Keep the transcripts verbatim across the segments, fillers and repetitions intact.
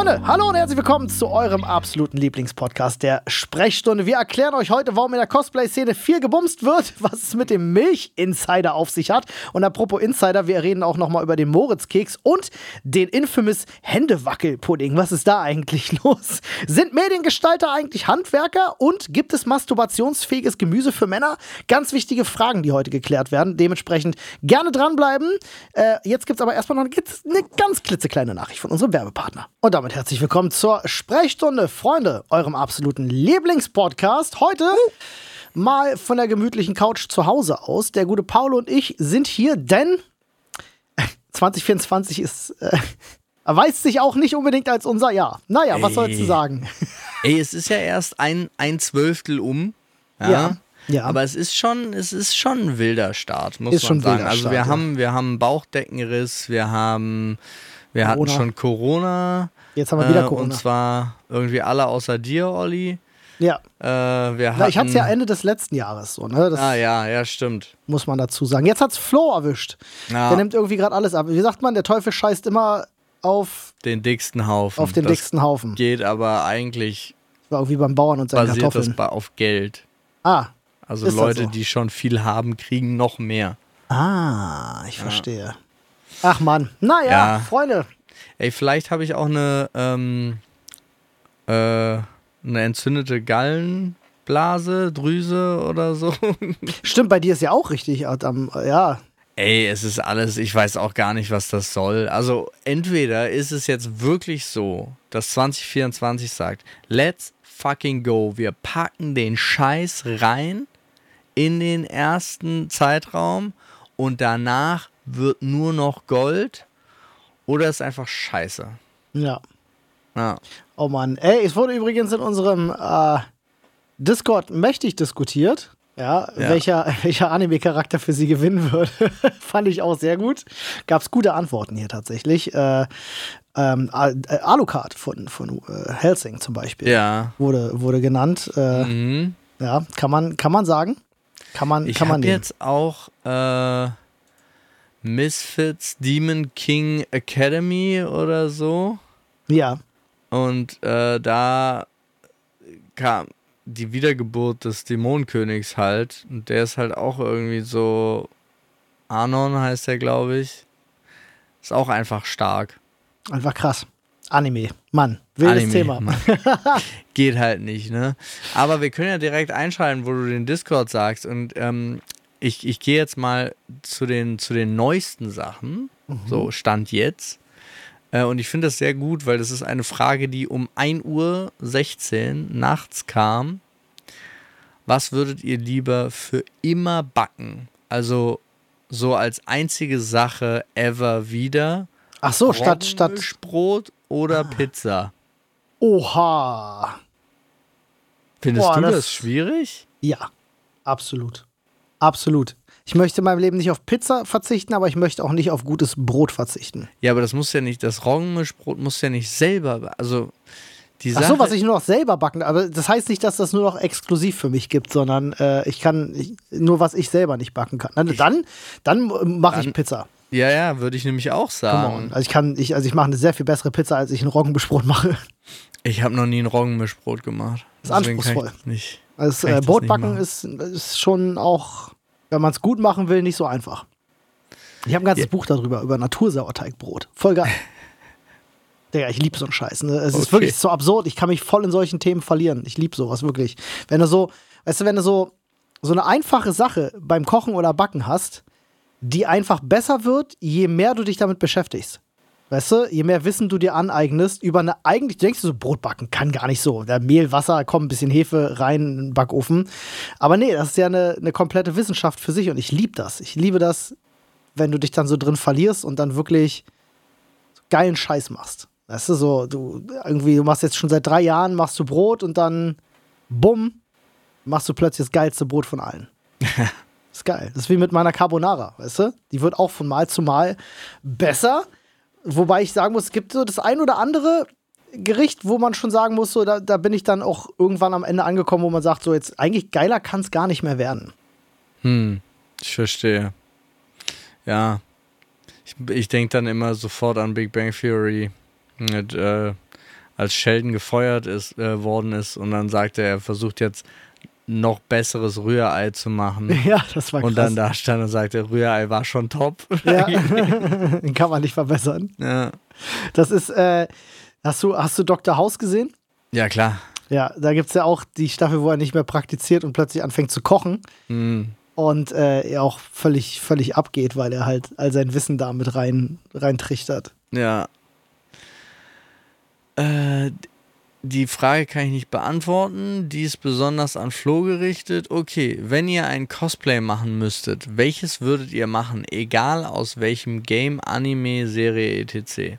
Freunde, hallo und herzlich willkommen zu eurem absoluten Lieblingspodcast der Sprechstunde. Wir erklären euch heute, warum in der Cosplay-Szene viel gebumst wird, was es mit dem Milch-Insider auf sich hat. Und apropos Insider, wir reden auch nochmal über den Moritz-Keks und den infamous Händewackel-Pudding. Was ist da eigentlich los? Sind Mediengestalter eigentlich Handwerker? Und gibt es masturbationsfähiges Gemüse für Männer? Ganz wichtige Fragen, die heute geklärt werden. Dementsprechend gerne dranbleiben. Äh, jetzt gibt es aber erstmal noch eine, eine ganz klitzekleine Nachricht von unserem Werbepartner. Und damit herzlich willkommen zur Sprechstunde, Freunde, eurem absoluten Lieblingspodcast. Heute mal von der gemütlichen Couch zu Hause aus. Der gute Paul und ich sind hier, denn zwanzig vierundzwanzig ist, äh, erweist sich auch nicht unbedingt als unser Jahr. Naja, was sollst du sagen? Ey, es ist ja erst ein, ein Zwölftel um. Ja. Ja. Ja. Aber es ist schon, es ist schon ein wilder Start, muss ist man schon sagen. Also Start, wir ja. haben, wir haben Bauchdeckenriss, wir haben, wir Corona. hatten schon Corona. Jetzt haben wir wieder äh, Corona. Und zwar irgendwie alle außer dir, Olli. Ja. Äh, wir hatten, Na, ich hatte es ja Ende des letzten Jahres so, ne? Das ah ja, ja, stimmt. muss man dazu sagen. Jetzt hat's Flo erwischt. Ja. Der nimmt irgendwie gerade alles ab. Wie sagt man, der Teufel scheißt immer auf, Den dicksten Haufen. auf den das dicksten Haufen. geht aber eigentlich, War irgendwie beim Bauern und seinen basiert das Kartoffeln. ba- auf Geld. Ah, Also Ist das Leute, so? die schon viel haben, kriegen noch mehr. ah, ich verstehe. Ach Mann. Naja, Ja. Freunde. Ey, vielleicht habe ich auch eine, ähm, äh, eine entzündete Gallenblase, Drüse oder so. Stimmt, bei dir ist ja auch richtig. Ähm, ja, Ey, es ist alles, ich weiß auch gar nicht, was das soll. Also entweder ist es jetzt wirklich so, dass zwanzig vierundzwanzig sagt, let's fucking go, wir packen den Scheiß rein in den ersten Zeitraum und danach wird nur noch Gold, oder ist einfach scheiße. ja. Ja. Oh Mann. Ey, es wurde übrigens in unserem äh, Discord mächtig diskutiert, ja, Ja. welcher, welcher Anime-Charakter für sie gewinnen würde. Fand ich auch sehr gut. Gab's gute Antworten hier tatsächlich. Äh, ähm, Al- äh, Alucard von, von äh, Helsing zum Beispiel Ja. wurde, wurde genannt. Äh, Mhm. Ja, kann man, kann man sagen. Kann man, Ich kann man habe nehmen. jetzt auch äh, Misfits Demon King Academy oder so. Ja, Und äh, da kam die Wiedergeburt des Dämonenkönigs halt. Und der ist halt auch irgendwie so. Anon heißt der, glaube ich. Ist auch einfach stark. einfach krass. Anime. Mann, wildes Anime, Thema. Mann. Geht halt nicht, ne? Aber wir können ja direkt einschalten, wo du den Discord sagst. Und ähm, ich, ich gehe jetzt mal zu den, zu den neuesten Sachen. So, Stand jetzt. Äh, und ich finde das sehr gut, weil das ist eine Frage, die um ein Uhr sechzehn nachts kam. Was würdet ihr lieber für immer backen? Also so als einzige Sache ever wieder. Ach so, statt, statt. Roggenmischbrot oder Pizza? Oha. Findest Boah, du das, das- schwierig? Ja, absolut. Absolut. Ich möchte in meinem Leben nicht auf Pizza verzichten, aber ich möchte auch nicht auf gutes Brot verzichten. Ja, aber das muss ja nicht, das Roggenmischbrot muss ja nicht selber, also die Ach Sache. so, was ich nur noch selber backen, aber das heißt nicht, dass das nur noch exklusiv für mich gibt, sondern äh, ich kann ich, nur, was ich selber nicht backen kann. Dann, dann, dann mache ich Dann- Pizza. ja, ja, würde ich nämlich auch Come sagen. on. Also ich kann, ich, also ich mache eine sehr viel bessere Pizza, als ich ein Roggenmischbrot mache. Ich habe noch nie ein Roggenmischbrot gemacht. Ist Deswegen kann anspruchsvoll. ich das nicht. Also Kann ich äh, das Brotbacken nicht ist, ist schon auch, wenn man es gut machen will, nicht so einfach. Ich habe ein ganzes Ja. Buch darüber, über Natursauerteigbrot. Voll geil. Digga, ich liebe so einen Scheiß. Ne? Es ist Okay. wirklich so absurd. Ich kann mich voll in solchen Themen verlieren. Ich liebe sowas wirklich. Wenn du so, weißt du, wenn du so, so eine einfache Sache beim Kochen oder Backen hast, die einfach besser wird, je mehr du dich damit beschäftigst. Weißt du, je mehr Wissen du dir aneignest über eine, eigentlich denkst du so, Brotbacken kann gar nicht so. Da Mehl, Wasser, komm, ein bisschen Hefe rein in den Backofen. Aber nee, das ist ja eine, eine komplette Wissenschaft für sich und ich liebe das. Ich liebe das, wenn du dich dann so drin verlierst und dann wirklich so geilen Scheiß machst. Weißt du, so, du irgendwie, du machst jetzt schon seit drei Jahren, machst du Brot und dann, bumm, machst du plötzlich das geilste Brot von allen. Ist geil. Das ist wie mit meiner Carbonara, weißt du? Die wird auch von Mal zu Mal besser. Wobei ich sagen muss, es gibt so das ein oder andere Gericht, wo man schon sagen muss, so, da, da bin ich dann auch irgendwann am Ende angekommen, wo man sagt, so jetzt eigentlich geiler kann es gar nicht mehr werden. Hm, ich verstehe. Ja. Ich, ich denke dann immer sofort an Big Bang Theory. Mit, äh, als Sheldon gefeuert ist, äh, worden ist und dann sagte er, er versucht jetzt noch besseres Rührei zu machen. Ja, das war krass. Und dann da stand und sagte, Rührei war schon top. Ja, den kann man nicht verbessern. Ja, Das ist, äh, hast du, hast du Doktor House gesehen? ja klar. Ja, da gibt es ja auch die Staffel, wo er nicht mehr praktiziert und plötzlich anfängt zu kochen. Hm. Und äh, er auch völlig, völlig abgeht, weil er halt all sein Wissen da mit rein, reintrichtert. Ja. Äh, die Frage kann ich nicht beantworten. Die ist besonders an Flo gerichtet. Okay, wenn ihr ein Cosplay machen müsstet, welches würdet ihr machen? Egal aus welchem Game, Anime, Serie, et cetera.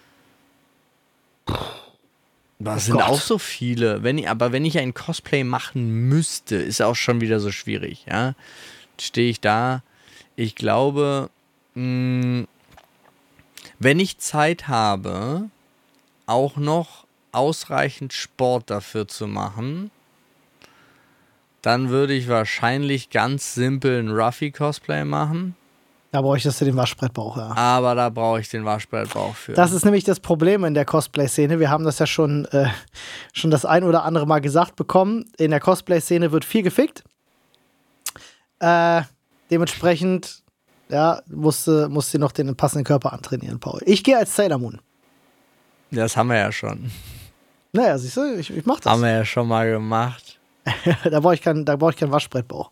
Das Oh sind Gott. auch so viele. Wenn ich, aber wenn ich ein Cosplay machen müsste, ist auch schon wieder so schwierig. Ja? Stehe ich da. Ich glaube, mh, wenn ich Zeit habe, auch noch ausreichend Sport dafür zu machen, dann würde ich wahrscheinlich ganz simpel ein Ruffy-Cosplay machen. Da bräuchtest du den Waschbrettbauch, ja. Aber da brauche ich den Waschbrettbauch für. Das ist nämlich das Problem in der Cosplay-Szene. Wir haben das ja schon, äh, schon das ein oder andere Mal gesagt bekommen. In der Cosplay-Szene wird viel gefickt. Äh, dementsprechend, ja, musste, musste noch den passenden Körper antrainieren, Paul. Ich gehe als Sailor Moon. Das haben wir ja schon. Naja, siehst du, ich, ich mach das. Haben wir ja schon mal gemacht. da brauche ich keinen da brauch ich keinen Waschbrettbauch.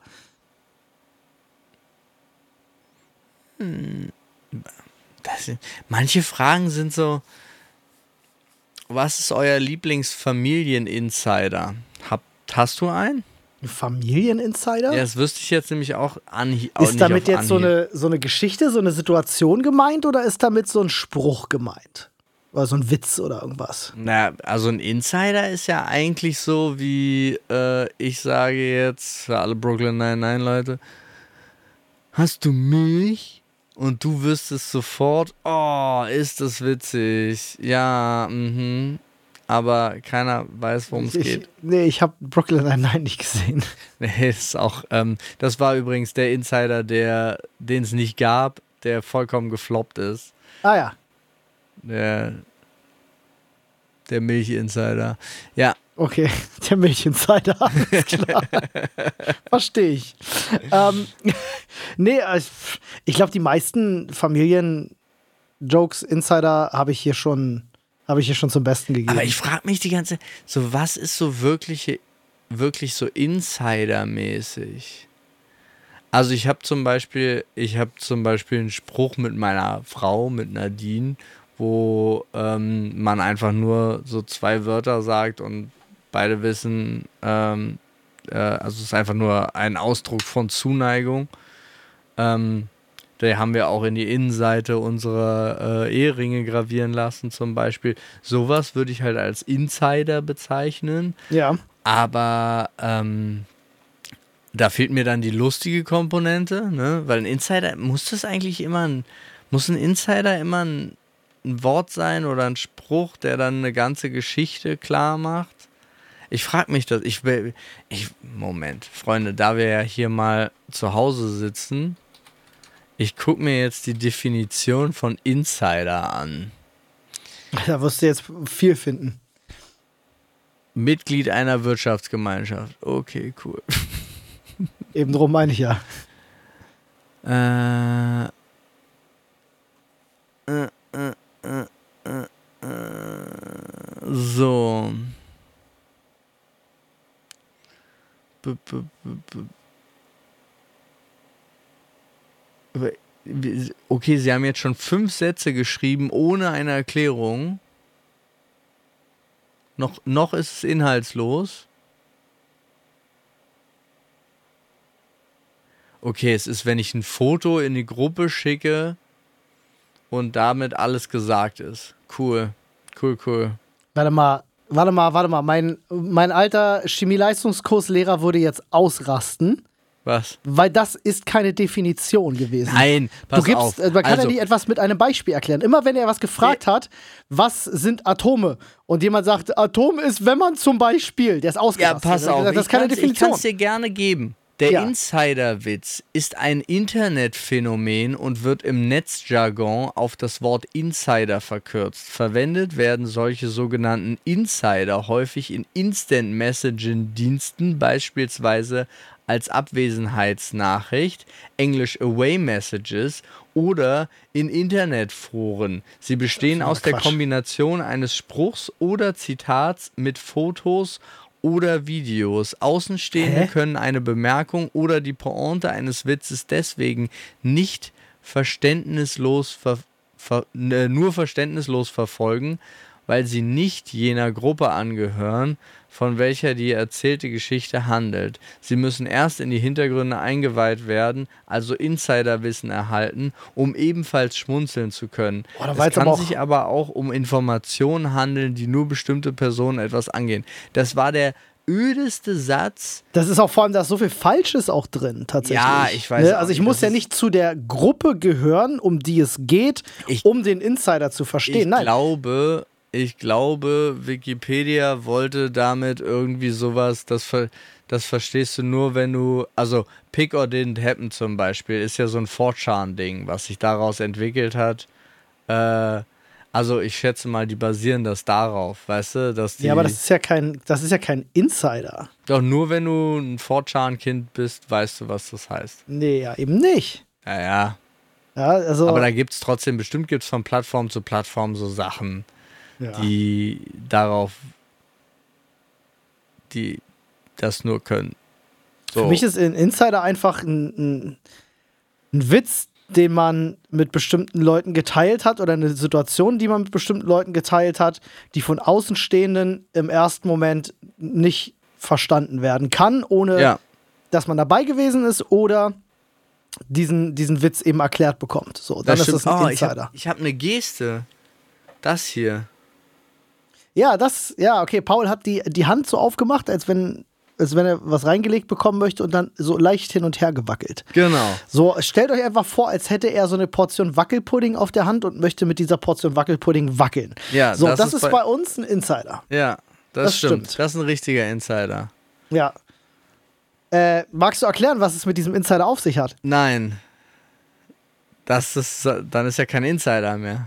Das sind, manche Fragen sind so, was ist euer Lieblingsfamilien-Insider? Hab, hast du einen? Ein Familieninsider? Ja, das wüsste ich jetzt nämlich auch anhieb. Auch Ist nicht damit auf jetzt so Anhieb. eine, so eine Geschichte, so eine Situation gemeint oder ist damit so ein Spruch gemeint? Oder so ein Witz oder irgendwas? Na, also ein Insider ist ja eigentlich so wie, äh, ich sage jetzt, für alle Brooklyn Nine-Nine Leute, hast du Milch? Und du wüsstest sofort, oh, ist das witzig. Ja, mhm. Aber keiner weiß, worum es Ich, geht. nee, ich habe Brooklyn Nine-Nine nicht gesehen. Nee, ist auch, ähm, das war übrigens der Insider, der, den es nicht gab, der vollkommen gefloppt ist. Ah ja, Der, der Milch-Insider. Ja, okay. Der Milchinsider, alles klar. Verstehe ich. Ähm, nee, äh, ich glaube, die meisten Familien-Jokes, Insider habe ich hier schon, habe ich hier schon zum Besten gegeben. aber ich frage mich die ganze Zeit, so was ist so wirkliche, wirklich so Insider-mäßig? Also ich habe zum Beispiel, ich habe zum Beispiel einen Spruch mit meiner Frau, mit Nadine, wo ähm, man einfach nur so zwei Wörter sagt und beide wissen, ähm, äh, also es ist einfach nur ein Ausdruck von Zuneigung. Ähm, da haben wir auch in die Innenseite unserer äh, Eheringe gravieren lassen zum Beispiel. Sowas würde ich halt als Insider bezeichnen. ja. Aber ähm, da fehlt mir dann die lustige Komponente, ne? Weil ein Insider, muss das eigentlich immer ein, muss ein Insider immer ein, ein Wort sein oder ein Spruch, der dann eine ganze Geschichte klar macht? Ich frage mich das, ich will, ich, Moment, Freunde, da wir ja hier mal zu Hause sitzen, ich gucke mir jetzt die Definition von Insider an. Da wirst du jetzt viel finden. Mitglied einer Wirtschaftsgemeinschaft. Okay, cool. Eben drum meine ich ja. Äh, äh, äh, äh, äh, äh, so. B -b -b -b okay, Sie haben jetzt schon fünf Sätze geschrieben ohne eine Erklärung. Noch, noch ist es inhaltslos. Okay, es ist, wenn ich ein Foto in die Gruppe schicke und damit alles gesagt ist. Cool, cool, cool. Warte mal, warte mal, warte mal. Mein, mein alter Chemieleistungskurslehrer würde jetzt ausrasten, Was? weil das ist keine Definition gewesen. Nein, pass du gibst, auf. äh, Man kann also, ja nicht etwas mit einem Beispiel erklären. Immer wenn er was gefragt hat, was sind Atome? Und jemand sagt, Atom ist, wenn man zum Beispiel, der ist ja, ausgerastet. pass auf. Das ist keine ich kann's- Definition. Ich kann es dir gerne geben. Der Ja. Insiderwitz ist ein Internetphänomen und wird im Netzjargon auf das Wort Insider verkürzt. Verwendet werden solche sogenannten Insider häufig in Instant-Messaging-Diensten, beispielsweise als Abwesenheitsnachricht, englisch Away Messages, oder in Internetforen. Sie bestehen aus der Quatsch. Kombination eines Spruchs oder Zitats mit Fotos oder Videos. Außenstehende Hä? können eine Bemerkung oder die Pointe eines Witzes deswegen nicht verständnislos ver ver äh, nur verständnislos verfolgen, weil sie nicht jener Gruppe angehören, von welcher die erzählte Geschichte handelt. Sie müssen erst in die Hintergründe eingeweiht werden, also Insiderwissen erhalten, um ebenfalls schmunzeln zu können. Boah, da war es jetzt kann aber auch- sich aber auch um Informationen handeln, die nur bestimmte Personen etwas angehen. Das war der ödeste Satz. Das ist auch vor allem, da ist so viel Falsches auch drin, tatsächlich. Ja, ich weiß Ne? auch Also ich nicht, muss das ja ist- nicht zu der Gruppe gehören, um die es geht, Ich- um den Insider zu verstehen. Ich Nein. glaube, ich glaube, Wikipedia wollte damit irgendwie sowas, das, ver das verstehst du nur, wenn du, also Pick or Didn't Happen zum Beispiel, ist ja so ein four chan Ding, was sich daraus entwickelt hat. Äh, also ich schätze mal, die basieren das darauf, weißt du, dass die, Ja, aber das ist ja kein, das ist ja kein Insider. doch nur wenn du ein four chan Kind bist, weißt du, was das heißt. Nee, ja, eben nicht. Ja, ja. Ja, also, Aber da gibt es trotzdem, bestimmt gibt es von Plattform zu Plattform so Sachen, ja. die darauf, die das nur können. So. Für mich ist ein Insider einfach ein, ein, ein Witz, den man mit bestimmten Leuten geteilt hat oder eine Situation, die man mit bestimmten Leuten geteilt hat, die von Außenstehenden im ersten Moment nicht verstanden werden kann, ohne ja, dass man dabei gewesen ist oder diesen, diesen Witz eben erklärt bekommt. So, dann das ist das stimmt. ein Oh, ich Insider. habe ich hab eine Geste. Das hier. Ja, das, ja, okay, Paul hat die, die Hand so aufgemacht, als wenn, als wenn er was reingelegt bekommen möchte und dann so leicht hin und her gewackelt. Genau. So, stellt euch einfach vor, als hätte er so eine Portion Wackelpudding auf der Hand und möchte mit dieser Portion Wackelpudding wackeln. Ja, so, das das, ist ist bei- bei uns ein Insider. Ja, das, Das stimmt. stimmt. Das ist ein richtiger Insider. Ja. Äh, magst du erklären, was es mit diesem Insider auf sich hat? Nein. Das ist, dann ist ja kein Insider mehr.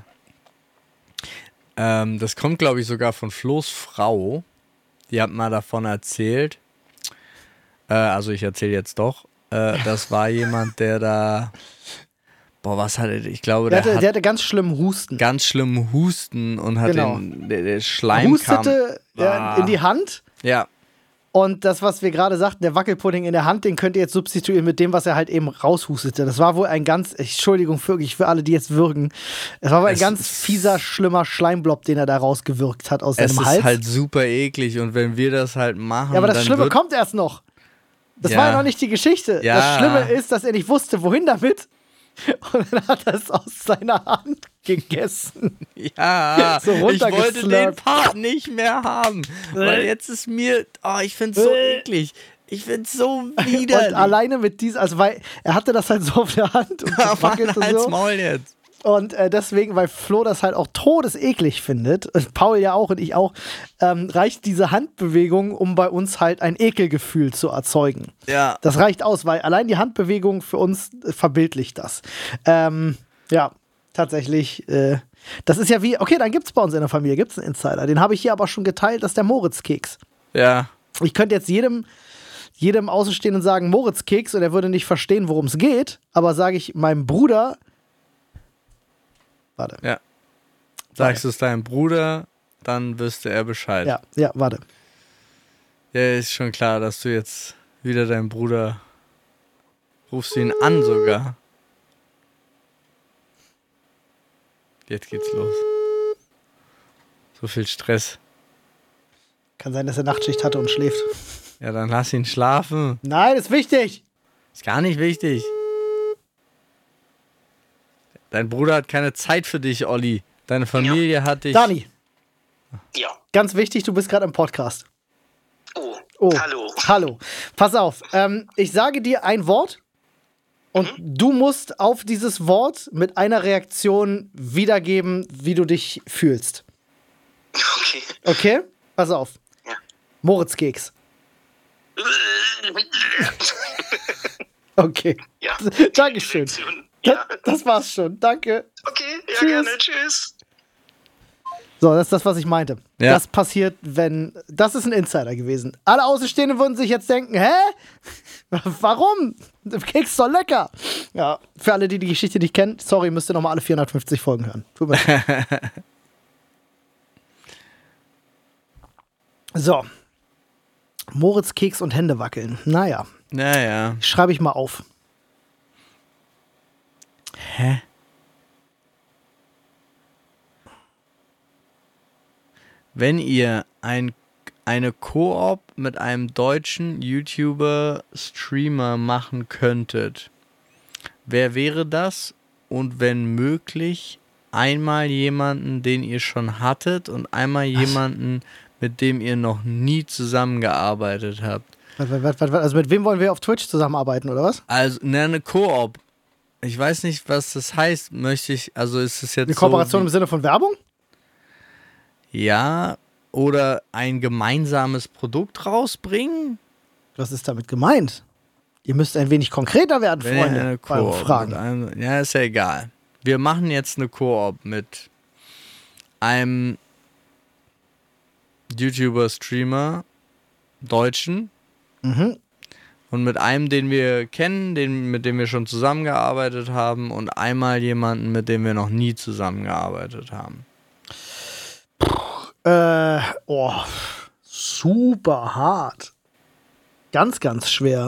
Ähm, das kommt, glaube ich, sogar von Flo's Frau. Die hat mal davon erzählt. Äh, also ich erzähle jetzt doch. Äh, das war jemand, der da. Boah, was hatte der? Ich glaube, Der der, hatte, hat der hatte ganz schlimmen Husten. ganz schlimmen Husten und hat Genau. den der, der Schleim kam. Hustete Ah. äh, in die Hand. Ja, Und das, was wir gerade sagten, der Wackelpudding in der Hand, den könnt ihr jetzt substituieren mit dem, was er halt eben raushustete. Das war wohl ein ganz, Entschuldigung für, für alle, die jetzt würgen, es war wohl ein Es ganz ist- fieser, schlimmer Schleimblob, den er da rausgewirkt hat aus es seinem ist Hals. halt super eklig und wenn wir das halt machen, ja, aber das dann Schlimme wird, kommt erst noch. Das Ja. war ja noch nicht die Geschichte. Ja. Das Schlimme ist, dass er nicht wusste, wohin damit. Und dann hat er es aus seiner Hand gegessen. Ja, So ich wollte den runtergeslurpt. Part nicht mehr haben. Weil jetzt ist mir, oh, ich find's so Äh. eklig. Ich find's so Und widerlich. alleine mit diesem, also weil er hatte das halt so auf der Hand und Mann, wackelte halt's so. Maul jetzt. Und äh, deswegen, weil Flo das halt auch todeseklig findet, und Paul ja auch und ich auch, ähm, reicht diese Handbewegung, um bei uns halt ein Ekelgefühl zu erzeugen. Ja, Das reicht aus, weil allein die Handbewegung für uns äh, verbildlicht das. Ähm, ja, tatsächlich. Äh, das ist ja wie, okay, dann gibt's bei uns in der Familie, gibt's einen Insider. Den habe ich hier aber schon geteilt, das ist der Moritz-Keks. ja. Ich könnte jetzt jedem, jedem Außenstehenden sagen Moritz-Keks und er würde nicht verstehen, worum es geht, aber sage ich meinem Bruder, warte. Ja. Sagst du es deinem Bruder, dann wüsste er Bescheid. Ja, ja, warte. Ja, ist schon klar, dass du jetzt wieder deinen Bruder rufst du ihn an sogar. Jetzt geht's los. So viel Stress. Kann sein, dass er Nachtschicht hatte und schläft. Ja, dann lass ihn schlafen. Nein, ist wichtig. Ist gar nicht wichtig. Dein Bruder hat keine Zeit für dich, Olli. Deine Familie hat dich. Dani, Ja. ganz wichtig, du bist gerade im Podcast. Oh. Oh, Hallo. Hallo. Pass auf, ähm, ich sage dir ein Wort und du musst auf dieses Wort mit einer Reaktion wiedergeben, wie du dich fühlst. Okay. Okay? Pass auf. Ja. Moritz-Keks. Okay. Ja. Dankeschön. Direktion. Das, Ja. das war's schon. Danke. Okay, ja, Tschüss. gerne. Tschüss. So, das ist das, was ich meinte. Ja. Das passiert, wenn. Das ist ein Insider gewesen. Alle Außenstehenden würden sich jetzt denken: Hä? Warum? Keks doch lecker. Ja, für alle, die die Geschichte nicht kennen, sorry, müsst ihr nochmal alle vierhundertfünfzig Folgen hören. Tut mir leid. So. Moritz, Keks und Hände wackeln. Naja, Naja. schreibe ich mal auf. Hä? Wenn ihr ein, eine Koop mit einem deutschen YouTuber-Streamer machen könntet, wer wäre das? Und wenn möglich, einmal jemanden, den ihr schon hattet und einmal jemanden, mit dem ihr noch nie zusammengearbeitet habt. Was, was, was, was, also mit wem wollen wir auf Twitch zusammenarbeiten, oder was? Also, ne, eine Koop. Ich weiß nicht, was das heißt. Möchte ich, also ist es jetzt Eine Kooperation so im Sinne von Werbung? wie, ja, oder ein gemeinsames Produkt rausbringen? Was ist damit gemeint? Ihr müsst ein wenig konkreter werden, Wenn ihr Freunde, eine bei euren Koop Fragen. mit einem, ja, ist ja egal. Wir machen jetzt eine Koop mit einem YouTuber, Streamer, Deutschen, Mhm. und mit einem, den wir kennen, den, mit dem wir schon zusammengearbeitet haben, und einmal jemanden, mit dem wir noch nie zusammengearbeitet haben. Äh, oh, super hart. Ganz, ganz schwer.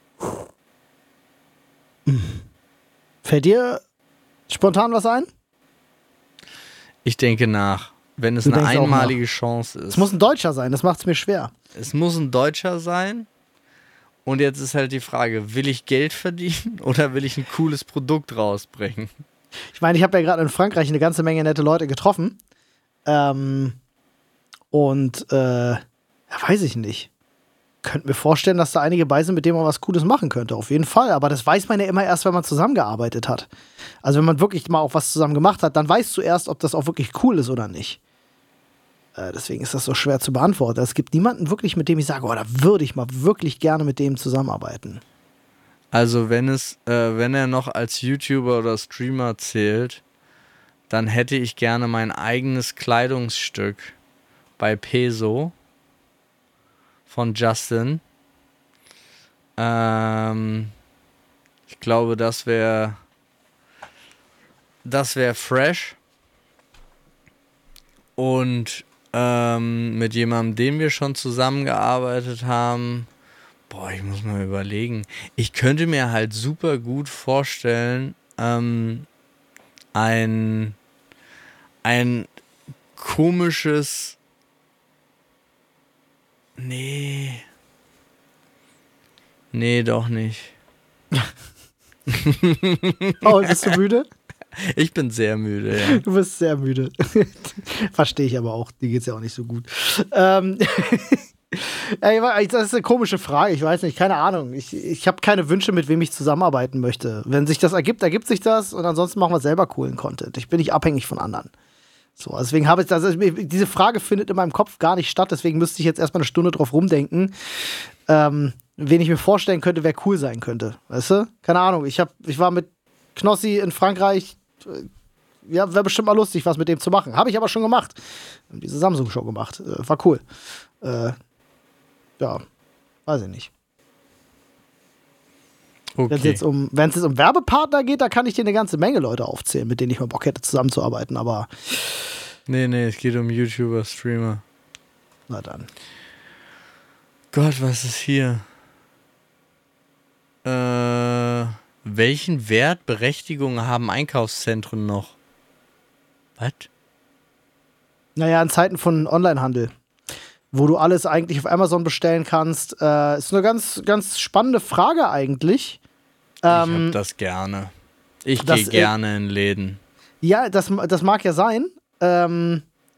Hm. Fällt dir spontan was ein? Ich denke nach, wenn es Du eine denkst auch einmalige Chance ist. Es muss ein Deutscher sein, das macht es mir schwer. Es muss ein Deutscher sein. Und jetzt ist halt die Frage, will ich Geld verdienen oder will ich ein cooles Produkt rausbringen? Ich meine, ich habe ja gerade in Frankreich eine ganze Menge nette Leute getroffen. Ähm, und, äh, ja, weiß ich nicht. Könnte mir vorstellen, dass da einige bei sind, mit denen man was Cooles machen könnte. Auf jeden Fall. Aber das weiß man ja immer erst, wenn man zusammengearbeitet hat. Also wenn man wirklich mal auch was zusammen gemacht hat, dann weißt du erst, ob das auch wirklich cool ist oder nicht. Äh, deswegen ist das so schwer zu beantworten. Es gibt niemanden wirklich, mit dem ich sage, oh, da würde ich mal wirklich gerne mit dem zusammenarbeiten. Also wenn es, äh, wenn er noch als YouTuber oder Streamer zählt, dann hätte ich gerne mein eigenes Kleidungsstück bei Peso von Justin. Ähm, ich glaube, das wäre das wäre fresh. Und ähm, mit jemandem, den wir schon zusammengearbeitet haben, boah, ich muss mal überlegen. Ich könnte mir halt super gut vorstellen, ähm, ein, ein komisches. Nee. Nee, doch nicht. Oh, bist du müde? Ich bin sehr müde, ja. Du bist sehr müde. Verstehe ich aber auch. Dir geht's ja auch nicht so gut. Ähm, ey, das ist eine komische Frage. Ich weiß nicht, keine Ahnung. Ich, ich habe keine Wünsche, mit wem ich zusammenarbeiten möchte. Wenn sich das ergibt, ergibt sich das. Und ansonsten machen wir selber coolen Content. Ich bin nicht abhängig von anderen. So, deswegen habe ich das. Also diese Frage findet in meinem Kopf gar nicht statt. Deswegen müsste ich jetzt erstmal eine Stunde drauf rumdenken, ähm, wen ich mir vorstellen könnte, wer cool sein könnte. Weißt du? Keine Ahnung. Ich, hab, ich war mit Knossi in Frankreich. Ja, wäre bestimmt mal lustig, was mit dem zu machen. Habe ich aber schon gemacht. Wir haben diese Samsung-Show gemacht. Äh, war cool. Äh, ja, weiß ich nicht. Wenn es Okay. jetzt, um, wenn's jetzt um Werbepartner geht, da kann ich dir eine ganze Menge Leute aufzählen, mit denen ich mal Bock hätte, zusammenzuarbeiten. Aber Nee, nee, es geht um YouTuber, Streamer. na dann. Gott, was ist hier? Äh, welchen Wert, Berechtigung haben Einkaufszentren noch? Was? Naja, in Zeiten von Onlinehandel, wo du alles eigentlich auf Amazon bestellen kannst, äh, ist eine ganz, ganz spannende Frage eigentlich. Ich Ähm, hab das gerne. Ich das, gehe äh, gerne in Läden. Ja, das, das mag ja sein. Ähm,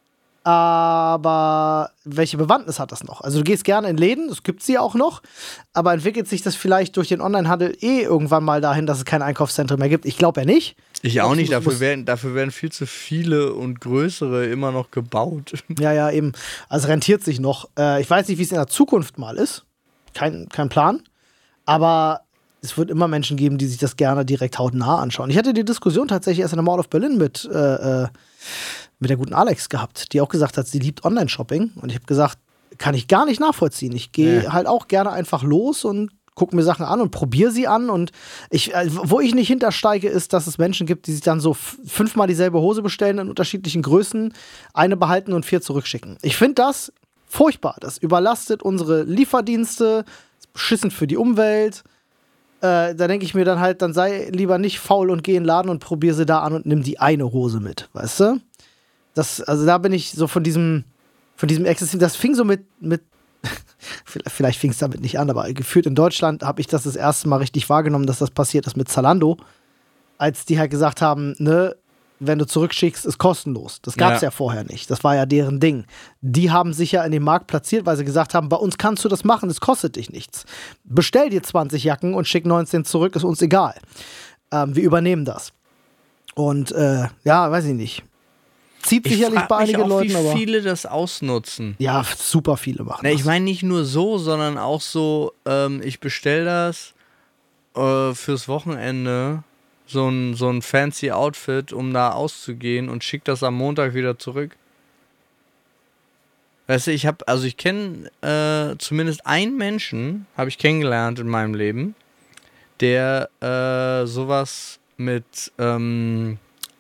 aber welche Bewandtnis hat das noch? Also du gehst gerne in Läden, das gibt sie ja auch noch, aber entwickelt sich das vielleicht durch den Onlinehandel eh irgendwann mal dahin, dass es kein Einkaufszentrum mehr gibt? Ich glaube ja nicht. Ich auch das nicht, muss- dafür muss- werden, dafür werden viel zu viele und größere immer noch gebaut. Ja, ja, eben. Also rentiert sich noch. Äh, ich weiß nicht, wie es in der Zukunft mal ist. Kein, kein Plan. Aber es wird immer Menschen geben, die sich das gerne direkt hautnah anschauen. Ich hatte die Diskussion tatsächlich erst in der Mall of Berlin mit, äh, äh, mit der guten Alex gehabt, die auch gesagt hat, sie liebt Online-Shopping. Und ich habe gesagt, kann ich gar nicht nachvollziehen. Ich gehe Nee. halt auch gerne einfach los und gucke mir Sachen an und probiere sie an. Und ich, äh, wo ich nicht hintersteige, ist, dass es Menschen gibt, die sich dann so f- fünfmal dieselbe Hose bestellen in unterschiedlichen Größen, eine behalten und vier zurückschicken. Ich finde das furchtbar. Das überlastet unsere Lieferdienste, ist beschissen für die Umwelt. Äh, da denke ich mir dann halt, dann sei lieber nicht faul und geh in den Laden und probier sie da an und nimm die eine Hose mit, weißt du? Das, also da bin ich so von diesem, von diesem Exzess, das fing so mit, mit vielleicht fing es damit nicht an, aber gefühlt in Deutschland habe ich das das erste Mal richtig wahrgenommen, dass das passiert ist mit Zalando, als die halt gesagt haben, ne, wenn du zurückschickst, ist kostenlos. Das gab es ja. Ja. vorher nicht. Das war ja deren Ding. Die haben sich ja in den Markt platziert, weil sie gesagt haben, bei uns kannst du das machen, es kostet dich nichts. Bestell dir zwanzig Jacken und schick neunzehn zurück, ist uns egal. Ähm, wir übernehmen das. Und äh, ja, weiß ich nicht. Zieht Ich sicherlich frag bei mich einigen auch, Leuten, wie aber viele das ausnutzen. ja, super viele machen Na, das. ich meine nicht nur so, sondern auch so, ähm, ich bestelle das äh, fürs Wochenende, so ein, so ein fancy Outfit, um da auszugehen und schick das am Montag wieder zurück. Weißt du, ich habe, also ich kenne äh, zumindest einen Menschen, habe ich kennengelernt in meinem Leben, der äh, sowas mit ähm,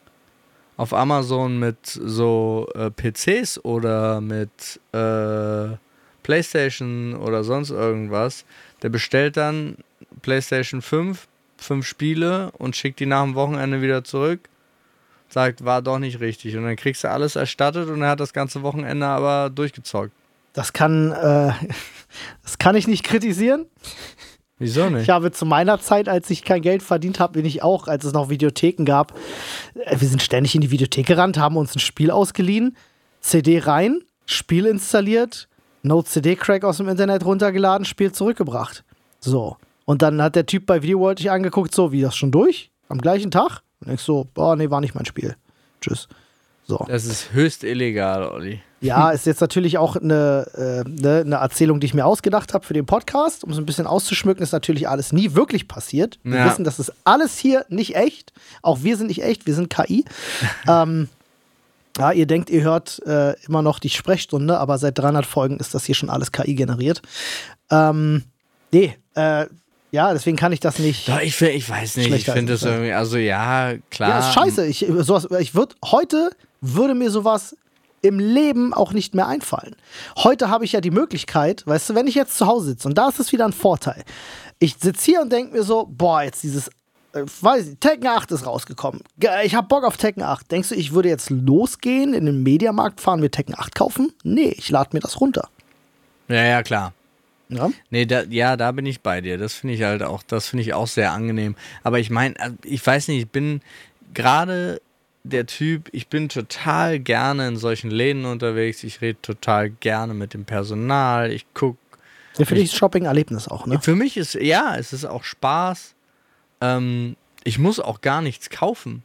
auf Amazon mit so äh, P Cs oder mit äh, PlayStation oder sonst irgendwas, der bestellt dann PlayStation fünf, fünf Spiele und schickt die nach dem Wochenende wieder zurück, sagt, war doch nicht richtig und dann kriegst du alles erstattet und er hat das ganze Wochenende aber durchgezockt. Das kann, äh, das kann ich nicht kritisieren. Wieso nicht? Ich habe zu meiner Zeit, als ich kein Geld verdient habe, bin ich auch, als es noch Videotheken gab, äh, wir sind ständig in die Videothek gerannt, haben uns ein Spiel ausgeliehen, C D rein, Spiel installiert, No-C D-Crack aus dem Internet runtergeladen, Spiel zurückgebracht. So. Und dann hat der Typ bei Video World dich angeguckt, so, wie, das schon durch? Am gleichen Tag? Und ich so, boah, nee, war nicht mein Spiel. Tschüss. So. Das ist höchst illegal, Olli. Ja, ist jetzt natürlich auch eine, äh, ne, eine Erzählung, die ich mir ausgedacht habe für den Podcast, um es ein bisschen auszuschmücken, ist natürlich alles nie wirklich passiert. Wir Ja. wissen, das ist alles hier nicht echt. Auch wir sind nicht echt, wir sind K I. ähm, ja, ihr denkt, ihr hört äh, immer noch die Sprechstunde, aber seit dreihundert Folgen ist das hier schon alles K I generiert. Ähm, nee, äh, ja, deswegen kann ich das nicht. Doch, ich, find- ich weiß nicht, ich Schlechter finde als das ich, irgendwie, also ja, klar. Ja, ist scheiße. Ich, sowas, ich würd, heute würde mir sowas im Leben auch nicht mehr einfallen. Heute habe ich ja die Möglichkeit, weißt du, wenn ich jetzt zu Hause sitze, und da ist es wieder ein Vorteil. Ich sitze hier und denke mir so, boah, jetzt dieses, äh, weiß ich, Tekken acht ist rausgekommen. Ge- Ich habe Bock auf Tekken acht. Denkst du, ich würde jetzt losgehen, in den Mediamarkt fahren, mir Tekken acht kaufen? Nee, ich lade mir das runter. Ja, ja, klar. Ja? Nee, da, ja, da bin ich bei dir. Das finde ich halt auch, das finde ich auch sehr angenehm. Aber ich meine, ich weiß nicht, ich bin gerade der Typ, ich bin total gerne in solchen Läden unterwegs. Ich rede total gerne mit dem Personal. Ich gucke. Ja, für dich ist Shopping-Erlebnis auch, ne? Für mich ist, ja, es ist auch Spaß. Ähm, ich muss auch gar nichts kaufen.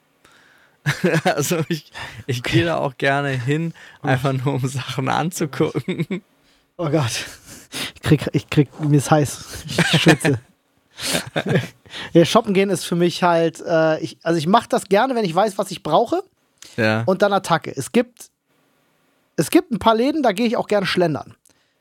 Also ich, ich gehe da auch gerne hin, einfach nur um Sachen anzugucken. Oh Gott. Ich krieg, ich krieg, mir ist heiß. Ich schwitze. Ja, shoppen gehen ist für mich halt, äh, ich, also ich mache das gerne, wenn ich weiß, was ich brauche Ja. und dann Attacke. Es gibt, es gibt ein paar Läden, da gehe ich auch gerne schlendern.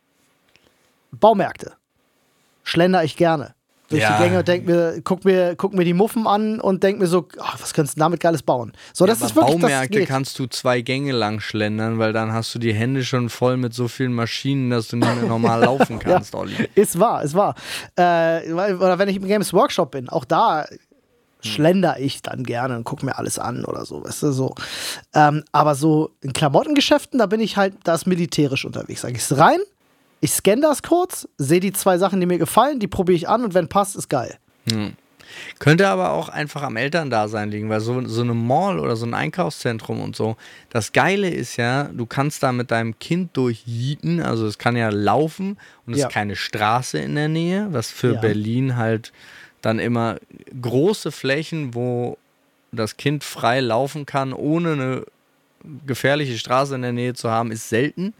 Baumärkte. Schlender ich gerne. Durch Ja. die Gänge und denk mir, guck mir, guck mir die Muffen an und denk mir so, ach, was könntest du damit Geiles bauen? So, das Ja, ist aber wirklich, das Baumärkte geht. kannst du zwei Gänge lang schlendern, weil dann hast du die Hände schon voll mit so vielen Maschinen, dass du nicht mehr normal laufen kannst, Olli. Ist wahr, ist wahr. Äh, weil- oder wenn ich im Games Workshop bin, auch da schlender ich dann gerne und gucke mir alles an oder so, weißt du, so. Ähm, aber so in Klamottengeschäften, da bin ich halt, da ist militärisch unterwegs. Sag ich rein, ich scanne das kurz, sehe die zwei Sachen, die mir gefallen, die probiere ich an und wenn passt, ist geil. Hm. Könnte aber auch einfach am Elterndasein liegen, weil so, so eine Mall oder so ein Einkaufszentrum und so, das Geile ist ja, du kannst da mit deinem Kind durchjieten, also es kann ja laufen und es Ja. ist keine Straße in der Nähe, was für Ja. Berlin halt dann immer große Flächen, wo das Kind frei laufen kann, ohne eine gefährliche Straße in der Nähe zu haben, ist selten.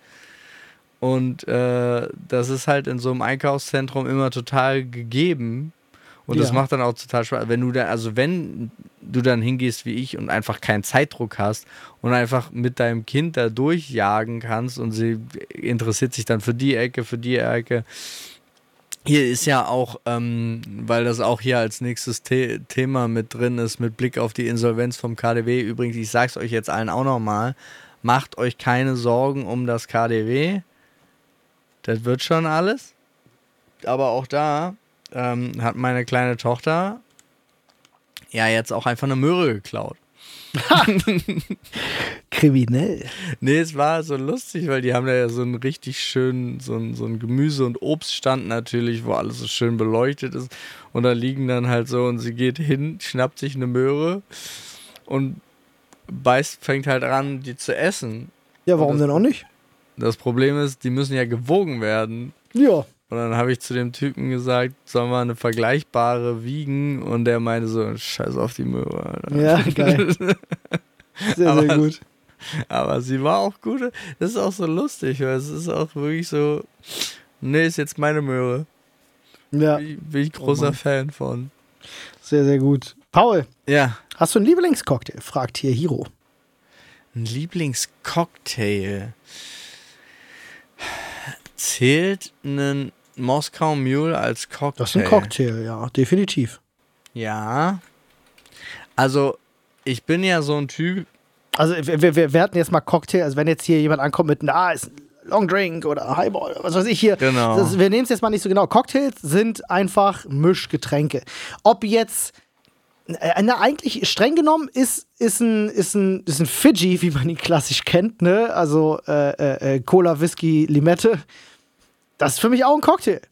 Und äh, das ist halt in so einem Einkaufszentrum immer total gegeben. Und das Ja. macht dann auch total Spaß. Wenn du da, also wenn du dann hingehst wie ich und einfach keinen Zeitdruck hast und einfach mit deinem Kind da durchjagen kannst und sie interessiert sich dann für die Ecke, für die Ecke. Hier ist ja auch, ähm, weil das auch hier als nächstes The- Thema mit drin ist, mit Blick auf die Insolvenz vom K D W. Übrigens, ich sag's euch jetzt allen auch nochmal, macht euch keine Sorgen um das K D W. Das wird schon alles. Aber auch da ähm, hat meine kleine Tochter ja jetzt auch einfach eine Möhre geklaut. Kriminell. Nee, es war so lustig, weil die haben da ja so einen richtig schönen, so einen, so einen Gemüse- und Obststand natürlich, wo alles so schön beleuchtet ist. Und da liegen dann halt so und sie geht hin, schnappt sich eine Möhre und beißt, fängt halt an, die zu essen. Ja, warum das- denn auch nicht? Das Problem ist, die müssen ja gewogen werden. Ja. Und dann habe ich zu dem Typen gesagt, sollen wir eine vergleichbare wiegen? Und der meinte so, scheiß auf die Möhre, Alter. Ja, geil. Sehr, Aber- sehr gut. Aber sie war auch gut. Das ist auch so lustig, weil es ist auch wirklich so, nee, ist jetzt meine Möhre. Ja, Bin, bin ich großer Oh Mann. Fan von. sehr, sehr gut. Paul, Ja, hast du einen Lieblingscocktail? Fragt hier Hiro. ein Lieblingscocktail. Zählt ein Moskau Mule als Cocktail? Das ist ein Cocktail, ja, definitiv. Ja. Also, ich bin ja so ein Typ, Also wir, wir, wir hatten jetzt mal Cocktail, also wenn jetzt hier jemand ankommt mit, na, ist ein Long Drink oder Highball oder was weiß ich hier. Genau. Das, wir nehmen es jetzt mal nicht so genau. Cocktails sind einfach Mischgetränke. Ob jetzt, äh, na, eigentlich streng genommen ist, ist, ein, ist, ein, ist ein Fiji, wie man ihn klassisch kennt, ne? Also äh, äh, Cola, Whisky, Limette. Das ist für mich auch ein Cocktail.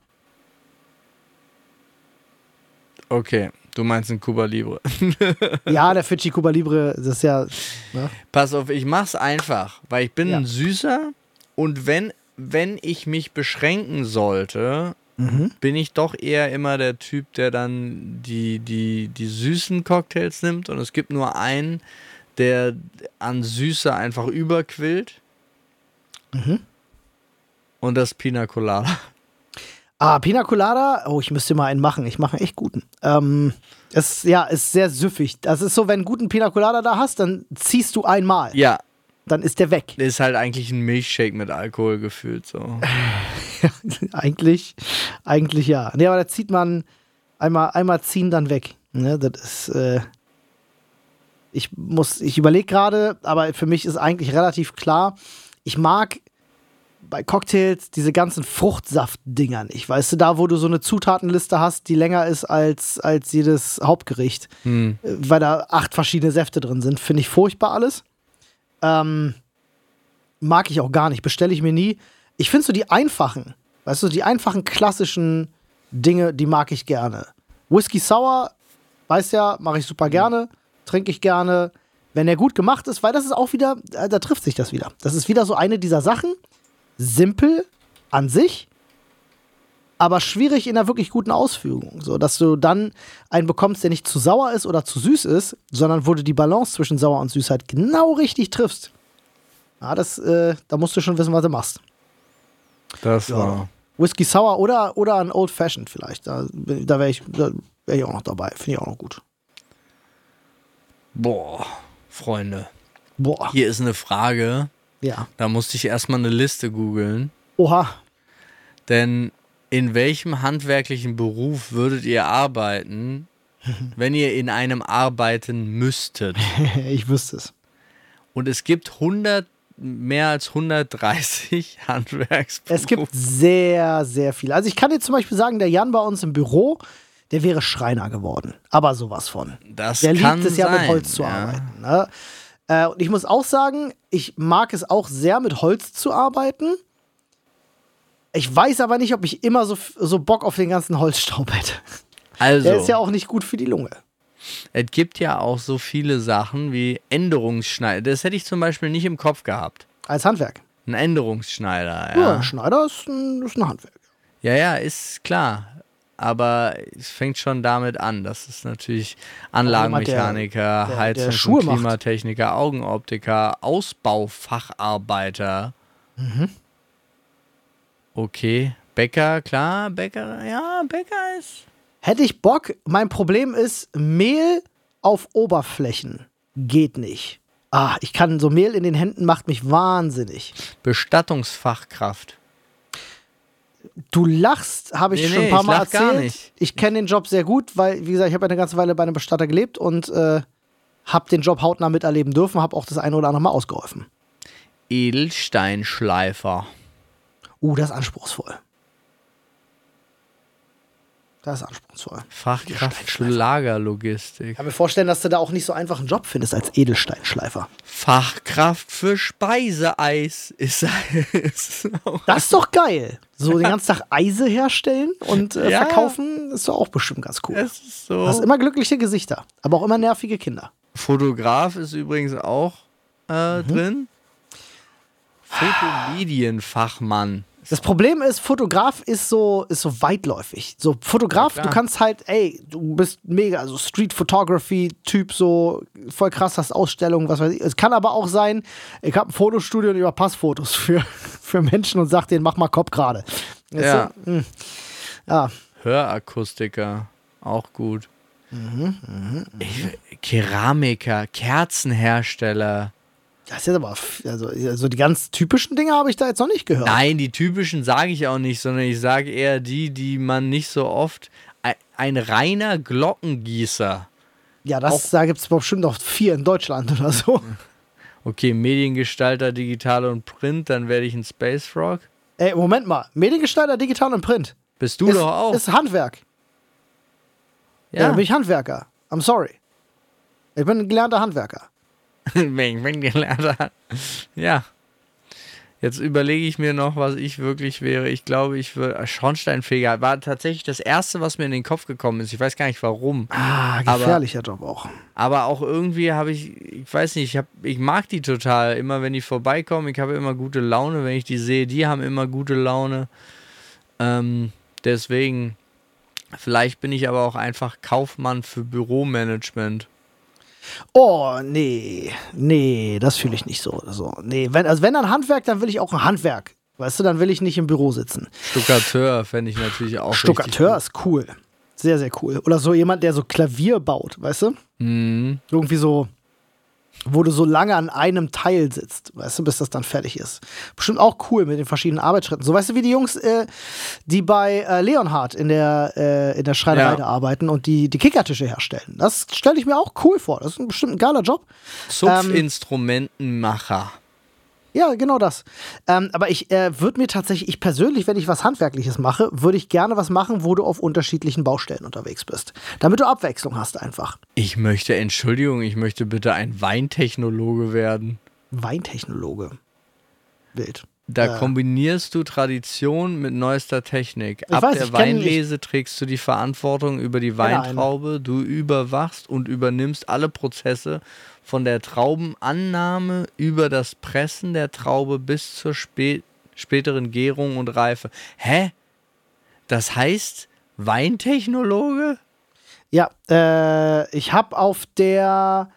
okay, du meinst ein Cuba Libre. Ja, der Fiji Cuba Libre, das ist ja. Ne? Pass auf, ich mach's einfach, weil ich bin Ja. ein Süßer und wenn, wenn ich mich beschränken sollte, Mhm. bin ich doch eher immer der Typ, der dann die, die, die süßen Cocktails nimmt und es gibt nur einen, der an Süße einfach überquillt. Mhm. Und das Pina Colada. Ah, Pina Colada. Oh, ich müsste mal einen machen. Ich mache einen echt guten. Ähm, es ja, ist sehr süffig. Das ist so, wenn du einen guten Pina Colada da hast, dann ziehst du einmal. Ja, Dann ist der weg. ist halt eigentlich ein Milchshake mit Alkohol gefühlt so. eigentlich, eigentlich ja. Nee, aber da zieht man einmal, einmal ziehen, dann weg. Ne, das ist, äh, ich muss, ich überlege gerade, aber für mich ist eigentlich relativ klar, ich mag bei Cocktails diese ganzen Fruchtsaft-Dinger nicht. Weißt du, da, wo du so eine Zutatenliste hast, die länger ist als, als jedes Hauptgericht, Hm. äh, weil da acht verschiedene Säfte drin sind, finde ich furchtbar alles. Ähm, mag ich auch gar nicht, bestelle ich mir nie. Ich finde so die einfachen, weißt du, die einfachen klassischen Dinge, die mag ich gerne. Whisky Sour, weißt ja, mache ich super gerne, trinke ich gerne, wenn der gut gemacht ist, weil das ist auch wieder, äh, da trifft sich das wieder. Das ist wieder so eine dieser Sachen, simpel an sich, aber schwierig in einer wirklich guten Ausführung, so dass du dann einen bekommst, der nicht zu sauer ist oder zu süß ist, sondern wo du die Balance zwischen sauer und Süßheit genau richtig triffst. Ja, das, äh, da musst du schon wissen, was du machst. Das Ja. war. Whisky Sour oder, oder ein Old Fashioned vielleicht. Da, da wäre ich, da wär ich auch noch dabei. Finde ich auch noch gut. Boah, Freunde. Boah. Hier ist eine Frage. Ja. Da musste ich erstmal eine Liste googeln. Oha. Denn in welchem handwerklichen Beruf würdet ihr arbeiten, wenn ihr in einem arbeiten müsstet? Ich wüsste es. Und es gibt hundert, mehr als hundertdreißig Handwerksberufe. Es gibt sehr, sehr viele. Also ich kann dir zum Beispiel sagen, der Jan bei uns im Büro, der wäre Schreiner geworden. Aber sowas von. Das Der kann liebt es ja sein, mit Holz zu ja. arbeiten. Ne? Äh, und ich muss auch sagen, ich mag es auch sehr, mit Holz zu arbeiten. Ich weiß aber nicht, ob ich immer so, so Bock auf den ganzen Holzstaub hätte. Also, Der ist ja auch nicht gut für die Lunge. es gibt ja auch so viele Sachen wie Änderungsschneider. Das hätte ich zum Beispiel nicht im Kopf gehabt. Als Handwerk. Ein Änderungsschneider, Ja, ja. ein Schneider ist ein, ist ein Handwerk. Ja, ja, ist klar. Aber es fängt schon damit an. Das ist natürlich Anlagenmechaniker, der- der Heizungs- und Schuhe macht. Klimatechniker, Augenoptiker, Ausbaufacharbeiter. Mhm. Okay. Bäcker, klar, Bäcker, ja, Bäcker ist. Hätte ich Bock, mein Problem ist, Mehl auf Oberflächen geht nicht. Ah, ich kann, so Mehl in den Händen macht mich wahnsinnig. Bestattungsfachkraft. Du lachst, habe ich Nee, schon nee, ein paar ich Mal lach erzählt. gar nicht. Ich kenne den Job sehr gut, weil, wie gesagt, ich habe eine ganze Weile bei einem Bestatter gelebt und äh, habe den Job hautnah miterleben dürfen, habe auch das eine oder andere Mal ausgeholfen. Edelsteinschleifer. Uh, das ist anspruchsvoll. Das ist anspruchsvoll. Fachkraft für Lagerlogistik. Ich kann mir vorstellen, dass du da auch nicht so einfach einen Job findest als Edelsteinschleifer. Fachkraft für Speiseeis ist, ist auch. Das ist doch geil. So den ganzen Tag Eise herstellen und äh, Ja. verkaufen, ist doch auch bestimmt ganz cool. Es ist so. Du hast immer glückliche Gesichter, aber auch immer nervige Kinder. Fotograf ist übrigens auch äh, Mhm. drin. Fotomedienfachmann. Das Problem ist, Fotograf ist so, ist so weitläufig. So Fotograf, Ja, du klar. kannst halt, ey, du bist mega, also Street Photography Typ, so voll krass, hast Ausstellungen, was weiß ich. Es kann aber auch sein, ich habe ein Fotostudio und überpass Fotos für, für Menschen und sag denen, mach mal Kopf gerade. Weißt Ja. du? Hm. Ja. Hörakustiker. Auch gut. Mhm, Ich, Keramiker, Kerzenhersteller. Das ist jetzt aber, also, also die ganz typischen Dinge habe ich da jetzt noch nicht gehört. Nein, die typischen sage ich auch nicht, sondern ich sage eher die, die man nicht so oft. Ein, ein reiner Glockengießer. Ja, das, da gibt es bestimmt noch vier in Deutschland oder so. Okay, Mediengestalter, Digital und Print, dann werde ich ein Space Frog. Ey, Moment mal. Mediengestalter, Digital und Print. Bist du ist, doch auch. Ist Handwerk. Ja. Dann bin ich Handwerker. I'm sorry. Ich bin ein gelernter Handwerker. Wenn wenn gelernt hat. Ja. Jetzt überlege ich mir noch, was ich wirklich wäre. Ich glaube, ich würde. Schornsteinfeger war tatsächlich das Erste, was mir in den Kopf gekommen ist. Ich weiß gar nicht warum. Ah, gefährlicher Job auch. Aber auch irgendwie habe ich, ich weiß nicht, ich, hab, ich mag die total. Immer wenn die vorbeikommen, ich habe immer gute Laune. Wenn ich die sehe, die haben immer gute Laune. Ähm, deswegen, vielleicht bin ich aber auch einfach Kaufmann für Büromanagement. Oh, nee. Nee, das fühle ich nicht so. so. Nee, wenn, also wenn dann Handwerk, dann will ich auch ein Handwerk. Weißt du, dann will ich nicht im Büro sitzen. Stuckateur fände ich natürlich auch Stuckateur richtig ist cool. Sehr, sehr cool. Oder so jemand, der so Klavier baut, weißt du? gut. Mhm. Irgendwie so, wo du so lange an einem Teil sitzt, weißt du, bis das dann fertig ist. Bestimmt auch cool mit den verschiedenen Arbeitsschritten. So, weißt du, wie die Jungs, äh, die bei äh, Leonhard in der, äh, in der Schreinerei Ja. da arbeiten und die, die Kickertische herstellen. Das stelle ich mir auch cool vor. Das ist ein bestimmt ein geiler Job. Zupfinstrumentenmacher. Ja, genau das. Ähm, aber ich äh, würde mir tatsächlich, ich persönlich, wenn ich was Handwerkliches mache, würde ich gerne was machen, wo du auf unterschiedlichen Baustellen unterwegs bist. Damit du Abwechslung hast einfach. Ich möchte, Entschuldigung, ich möchte bitte ein Weintechnologe werden. Weintechnologe. Wild. Da Äh. kombinierst du Tradition mit neuester Technik. Ich Ab weiß, der ich kenn- Weinlese trägst du die Verantwortung über die kenne einen. Weintraube, du überwachst und übernimmst alle Prozesse von der Traubenannahme über das Pressen der Traube bis zur spä späteren Gärung und Reife. Hä? Das heißt Weintechnologe? Ja, äh, ich habe auf der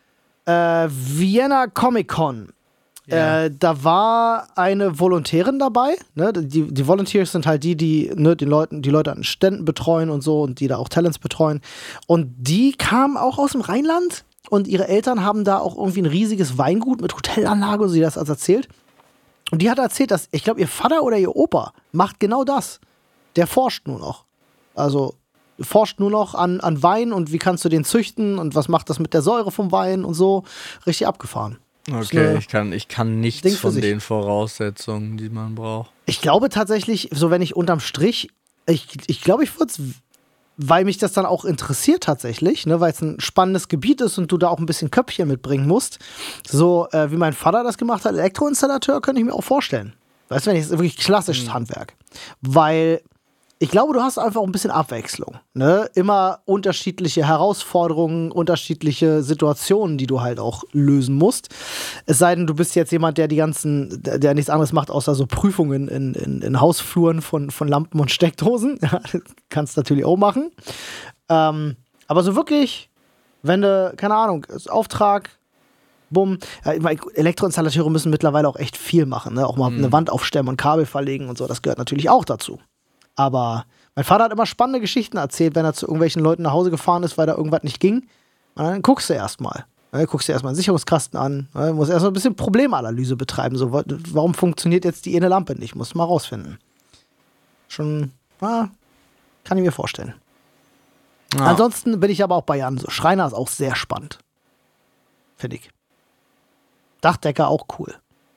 äh, Vienna Comic Con, Ja. äh, da war eine Volontärin dabei. Ne? Die, die Volunteers sind halt die, die ne, den Leuten, die Leute an Ständen betreuen und so und die da auch Talents betreuen. Und die kam auch aus dem Rheinland und ihre Eltern haben da auch irgendwie ein riesiges Weingut mit Hotelanlage und sie hat das alles erzählt. Und die hat erzählt, dass, ich glaube, ihr Vater oder ihr Opa macht genau das. Der forscht nur noch. Also forscht nur noch an, an Wein und wie kannst du den züchten und was macht das mit der Säure vom Wein und so. Richtig abgefahren. Okay, eine ich kann, ich kann Ding nichts für von sich. den Voraussetzungen, die man braucht. Ich glaube tatsächlich, so wenn ich unterm Strich, ich, ich glaube, ich würde es, weil mich das dann auch interessiert tatsächlich, ne, weil es ein spannendes Gebiet ist und du da auch ein bisschen Köpfchen mitbringen musst, so äh, wie mein Vater das gemacht hat, Elektroinstallateur, könnte ich mir auch vorstellen. Weißt du, wenn ich, wirklich klassisches Handwerk. Weil ich glaube, du hast einfach auch ein bisschen Abwechslung. Ne? Immer unterschiedliche Herausforderungen, unterschiedliche Situationen, die du halt auch lösen musst. Es sei denn, du bist jetzt jemand, der die ganzen, der, der nichts anderes macht, außer so Prüfungen in, in, in Hausfluren von, von Lampen und Steckdosen. Kannst natürlich auch machen. Ähm, aber so wirklich, wenn du, keine Ahnung, ist Auftrag, bumm. Ja, ich mein, Elektroinstallateure müssen mittlerweile auch echt viel machen. Ne? Auch mal Mhm. eine Wand aufstemmen und Kabel verlegen und so. Das gehört natürlich auch dazu. Aber Mein Vater hat immer spannende Geschichten erzählt, wenn er zu irgendwelchen Leuten nach Hause gefahren ist, weil da irgendwas nicht ging. Und dann guckst du erstmal. Ne, guckst dir erstmal einen Sicherungskasten an. Ne, musst erstmal ein bisschen Problemanalyse betreiben. So, warum funktioniert jetzt die eine Lampe nicht? Musst du mal rausfinden. Schon, na, kann ich mir vorstellen. Ja. Ansonsten bin ich aber auch bei Jan so. Schreiner ist auch sehr spannend. Finde ich. Dachdecker auch cool.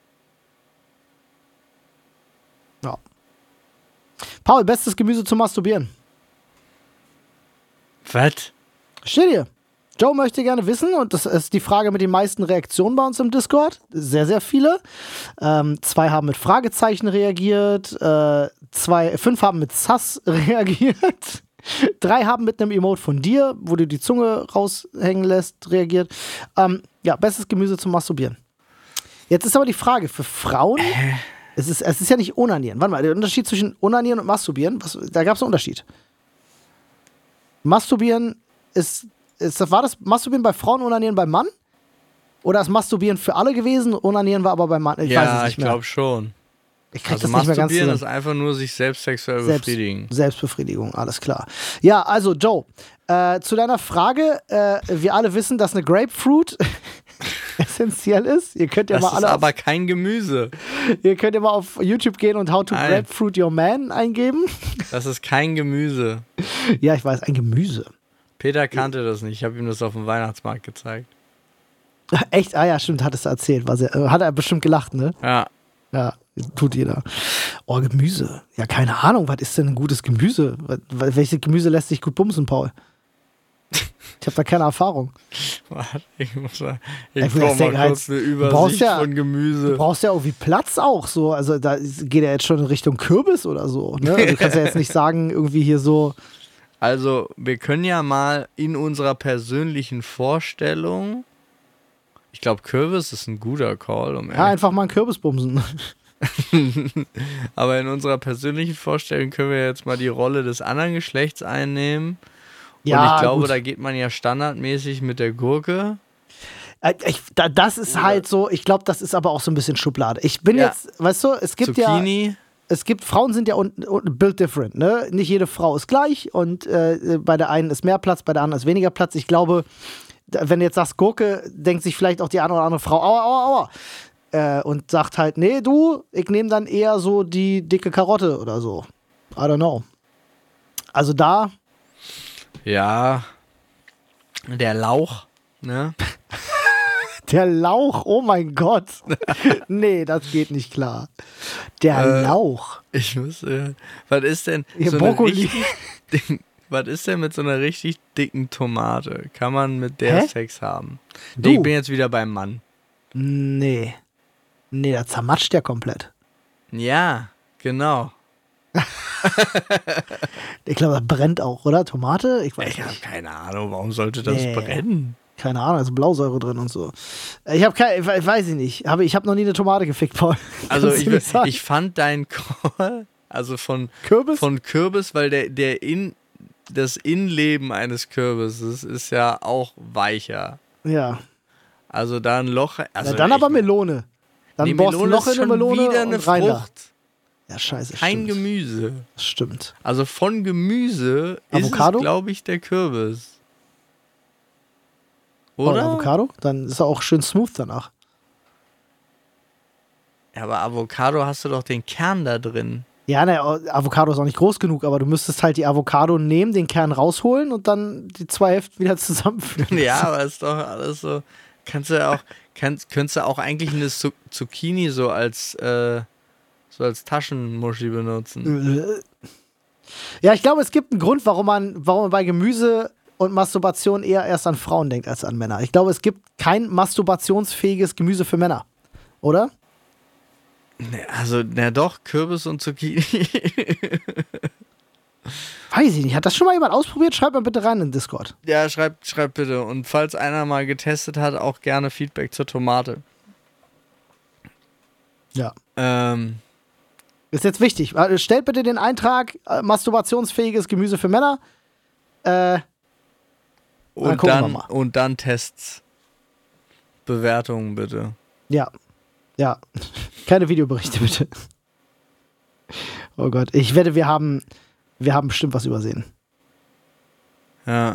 Ja. Paul, bestes Gemüse zum Masturbieren. Was? Steht hier. Joe möchte gerne wissen, und das ist die Frage mit den meisten Reaktionen bei uns im Discord. Sehr, sehr viele. Ähm, zwei haben mit Fragezeichen reagiert. Äh, zwei, fünf haben mit Sass reagiert. Drei haben mit einem Emote von dir, wo du die Zunge raushängen lässt, reagiert. Ähm, ja, bestes Gemüse zum Masturbieren. Jetzt ist aber die Frage, für Frauen, äh. es, ist, es ist ja nicht Onanieren. Warte mal, der Unterschied zwischen Onanieren und Masturbieren, was, da gab es einen Unterschied. Masturbieren ist, ist, war das Masturbieren bei Frauen, Onanieren beim Mann? Oder ist Masturbieren für alle gewesen, Onanieren war aber beim Mann? Ich ja, weiß es nicht ich glaube schon. Ich krieg also das nicht mehr ganz Masturbieren zusammen. ist einfach nur sich selbst sexuell Selbst, befriedigen. Selbstbefriedigung, alles klar. Ja, also Joe, äh, zu deiner Frage, äh, wir alle wissen, dass eine Grapefruit essentiell ist. Ihr könnt ja das mal alle ist aber auf, kein Gemüse. Ihr könnt ja mal auf YouTube gehen und How to Nein. Grapefruit Your Man eingeben. Das ist kein Gemüse. Ja, ich weiß, ein Gemüse. Peter kannte das nicht. Ich habe ihm das auf dem Weihnachtsmarkt gezeigt. Echt? Ah ja, stimmt, hattest du erzählt. War sehr, hat er bestimmt gelacht, ne? Ja. Ja, tut jeder. Oh, Gemüse. Ja, keine Ahnung, was ist denn ein gutes Gemüse? Was, welches Gemüse lässt sich gut bumsen, Paul? Ich habe da keine Erfahrung. Warte, ich muss mal, ich Ich will brauch das mal denken, kurz halt, eine du brauchst Übersicht ja- von Gemüse. Du brauchst ja irgendwie Platz auch so. Also da ist- geht er jetzt schon in Richtung Kürbis oder so. Ne? Also, du kannst ja jetzt nicht sagen, irgendwie hier so. Also, wir können ja mal in unserer persönlichen Vorstellung, ich glaube, Kürbis ist ein guter Call, um Ja, ehrlich einfach mal einen Kürbis bumsen. aber in unserer persönlichen Vorstellung können wir jetzt mal die Rolle des anderen Geschlechts einnehmen. Und Ja, ich glaube, gut. da geht man ja standardmäßig mit der Gurke. Äh, Ich, da, das ist halt so, ich glaube, das ist aber auch so ein bisschen Schublade. Ich bin Ja. jetzt, weißt du, es gibt ja, Zucchini. es gibt, Frauen sind ja un, un, built different, ne? Nicht jede Frau ist gleich und äh, bei der einen ist mehr Platz, bei der anderen ist weniger Platz. Ich glaube, da- wenn du jetzt sagst Gurke, denkt sich vielleicht auch die eine oder andere Frau, aua, aua, aua. Äh, und sagt halt, nee, du, ich nehme dann eher so die dicke Karotte oder so. I don't know. Also da, Ja. Der Lauch, ne? der Lauch, oh mein Gott. Nee, das geht nicht klar. Der Äh, Lauch. Ich muss, äh, was ist denn Ja, so eine Brokkoli. richtig dick- was ist denn mit so einer richtig dicken Tomate? Kann man mit der Hä? Sex haben? Du. Nee, ich bin jetzt wieder beim Mann. Nee. Nee, der zermatscht ja komplett. Ja, genau. Ich glaube, das brennt auch, oder? Tomate? Ich weiß Ich habe nicht. keine Ahnung, warum sollte das Nee. brennen? Keine Ahnung, also Blausäure drin und so. Ich habe keine, ich we- weiß ich nicht. Habe, ich habe noch nie eine Tomate gefickt, Paul. Also Kannst ich, du nicht sagen? ich fand deinen Call, also von, Kürbis? von Kürbis, weil der, der in, das Innenleben eines Kürbisses ist ja auch weicher. Ja. Also da ein Loch. Also Na, dann ich- aber Melone. Dann Nee, bohrst du ein Melone Loch in ist eine schon Melone wieder eine und rein da. Frucht. Ja, scheiße, Kein stimmt. Gemüse. Das stimmt. Also von Gemüse Avocado? ist es, glaube ich, der Kürbis. Oder Oder? Avocado? Dann ist er auch schön smooth danach. Ja, aber Avocado hast du doch den Kern da drin. Ja, ne, Avocado ist auch nicht groß genug, aber du müsstest halt die Avocado nehmen, den Kern rausholen und dann die zwei Hälften wieder zusammenführen. Ja, aber ist doch alles so. Kannst du ja auch, kannst, könntest du auch eigentlich eine Zu- Zucchini so als, äh, so als Taschenmuschi benutzen. Ja, ich glaube, es gibt einen Grund, warum man, warum man bei Gemüse und Masturbation eher erst an Frauen denkt als an Männer. Ich glaube, es gibt kein masturbationsfähiges Gemüse für Männer. Oder? Ne, also, na doch, Kürbis und Zucchini. Weiß ich nicht. Hat das schon mal jemand ausprobiert? Schreibt mal bitte rein in den Discord. Ja, schreibt, schreibt bitte. Und falls einer mal getestet hat, auch gerne Feedback zur Tomate. Ja. Ähm, Ist jetzt wichtig. Also stellt bitte den Eintrag äh, masturbationsfähiges Gemüse für Männer. Äh, und, gucken wir dann, mal. und dann Tests. Bewertungen bitte. ja. Ja. Keine Videoberichte bitte. Oh Gott. Ich wette, wir haben wir haben bestimmt was übersehen. Ja.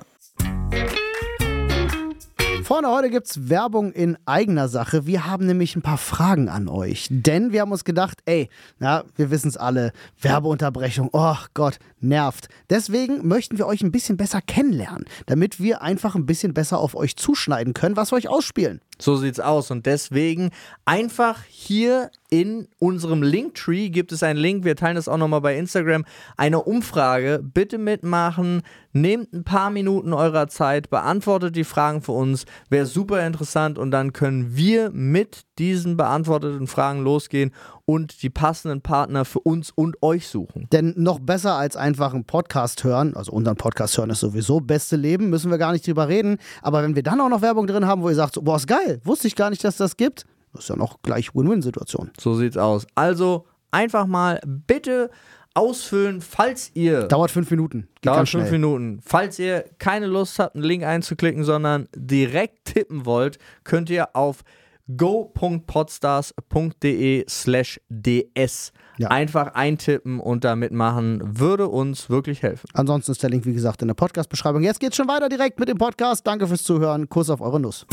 Freunde, heute gibt's Werbung in eigener Sache. Wir haben nämlich ein paar Fragen an euch. Denn wir haben uns gedacht, ey, na, wir wissen's alle, Werbeunterbrechung, oh Gott, nervt. Deswegen möchten wir euch ein bisschen besser kennenlernen, damit wir einfach ein bisschen besser auf euch zuschneiden können, was wir euch ausspielen. So sieht's aus und deswegen einfach hier in unserem Linktree gibt es einen Link, wir teilen das auch nochmal bei Instagram, eine Umfrage, bitte mitmachen, nehmt ein paar Minuten eurer Zeit, beantwortet die Fragen für uns, wäre super interessant und dann können wir mit diesen beantworteten Fragen losgehen und die passenden Partner für uns und euch suchen. Denn noch besser als einfach einen Podcast hören, also unseren Podcast hören ist sowieso beste Leben, müssen wir gar nicht drüber reden, aber wenn wir dann auch noch Werbung drin haben, wo ihr sagt, so, boah, ist geil, wusste ich gar nicht, dass das gibt, das ist ja noch gleich Win-Win-Situation. So sieht's aus. Also einfach mal bitte ausfüllen, falls ihr... Dauert fünf Minuten. Geht Dauert ganz fünf schnell. Minuten. Falls ihr keine Lust habt, einen Link einzuklicken, sondern direkt tippen wollt, könnt ihr auf go.podstars.de slash ds Ja. einfach eintippen und da mitmachen, würde uns wirklich helfen. Ansonsten ist der Link, wie gesagt, in der Podcast-Beschreibung. Jetzt geht's schon weiter direkt mit dem Podcast. Danke fürs Zuhören. Kuss auf eure Nuss.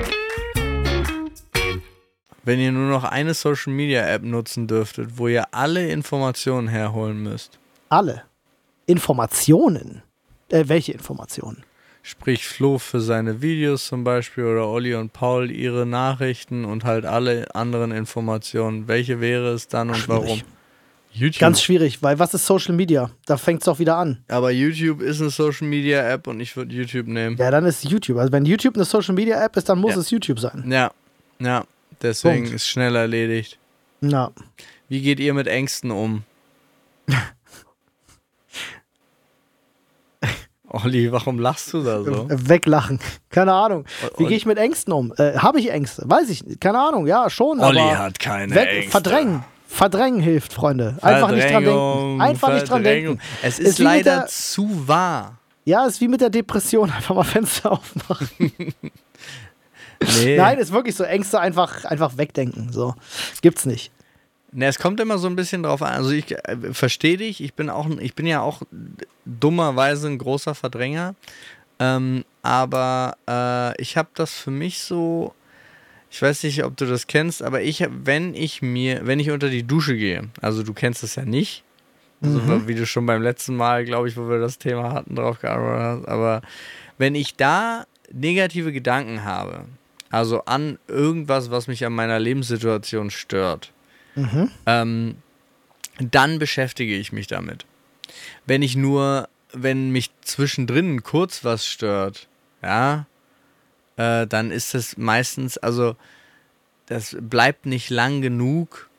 Wenn ihr nur noch eine Social-Media-App nutzen dürftet, wo ihr alle Informationen herholen müsst, Alle Informationen. Äh, welche Informationen? sprich Flo für seine Videos zum Beispiel oder Olli und Paul ihre Nachrichten und halt alle anderen Informationen, welche wäre es dann und Schwierig. warum? YouTube. Ganz schwierig, weil was ist Social Media? Da fängt's doch wieder an. Aber YouTube ist eine Social-Media-App und ich würde YouTube nehmen. Ja, dann ist YouTube. Also wenn YouTube eine Social Media App ist, dann muss Ja. es YouTube sein. Ja, ja, deswegen Punkt. ist schnell erledigt. Na. Wie geht ihr mit Ängsten um? Olli, warum lachst du da so? Weglachen. Keine Ahnung. Wie Und- gehe ich mit Ängsten um? Äh, Habe ich Ängste? Weiß ich nicht. Keine Ahnung. Ja, schon. Olli aber hat keine weg, Ängste. Verdrängen. Verdrängen hilft, Freunde. Einfach nicht dran denken. Verdrängung, Einfach nicht dran Verdrängung. denken. Es Ist ist wie mit leider der- zu wahr. Ja, ist wie mit der Depression. Einfach mal Fenster aufmachen. Nee. Nein, ist wirklich so. Ängste einfach, einfach wegdenken. So. Gibt's nicht. Ne, es kommt immer so ein bisschen drauf an. Also ich äh, verstehe dich, ich bin auch, ein- ich bin ja auch dummerweise ein großer Verdränger. Ähm, aber äh, ich habe das für mich so, ich weiß nicht, ob du das kennst, aber ich, hab- wenn ich mir, wenn ich unter die Dusche gehe, also du kennst das ja nicht, also, wie du schon beim letzten Mal, glaube ich, wo wir das Thema hatten, drauf geantwortet hast, aber wenn ich da negative Gedanken habe, also an irgendwas, was mich an meiner Lebenssituation stört, ähm, dann beschäftige ich mich damit. Wenn ich nur, wenn mich zwischendrin kurz was stört, ja, äh, dann ist das meistens, also das bleibt nicht lang genug,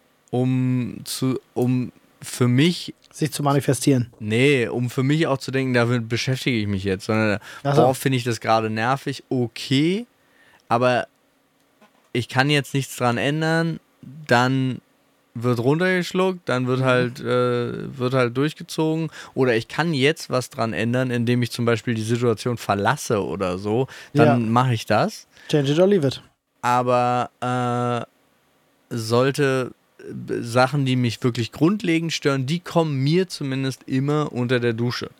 um zu, um für mich, Sich zu manifestieren. nee, um für mich auch zu denken, damit beschäftige ich mich jetzt, sondern Ach so. boah, finde ich das gerade nervig, okay, aber ich kann jetzt nichts dran ändern, dann wird runtergeschluckt, dann wird halt, äh, wird halt durchgezogen. Oder ich kann jetzt was dran ändern, indem ich zum Beispiel die Situation verlasse oder so. Dann Ja. mache ich das. Change it or leave it. Aber äh, sollte äh, Sachen, die mich wirklich grundlegend stören, die kommen mir zumindest immer unter der Dusche.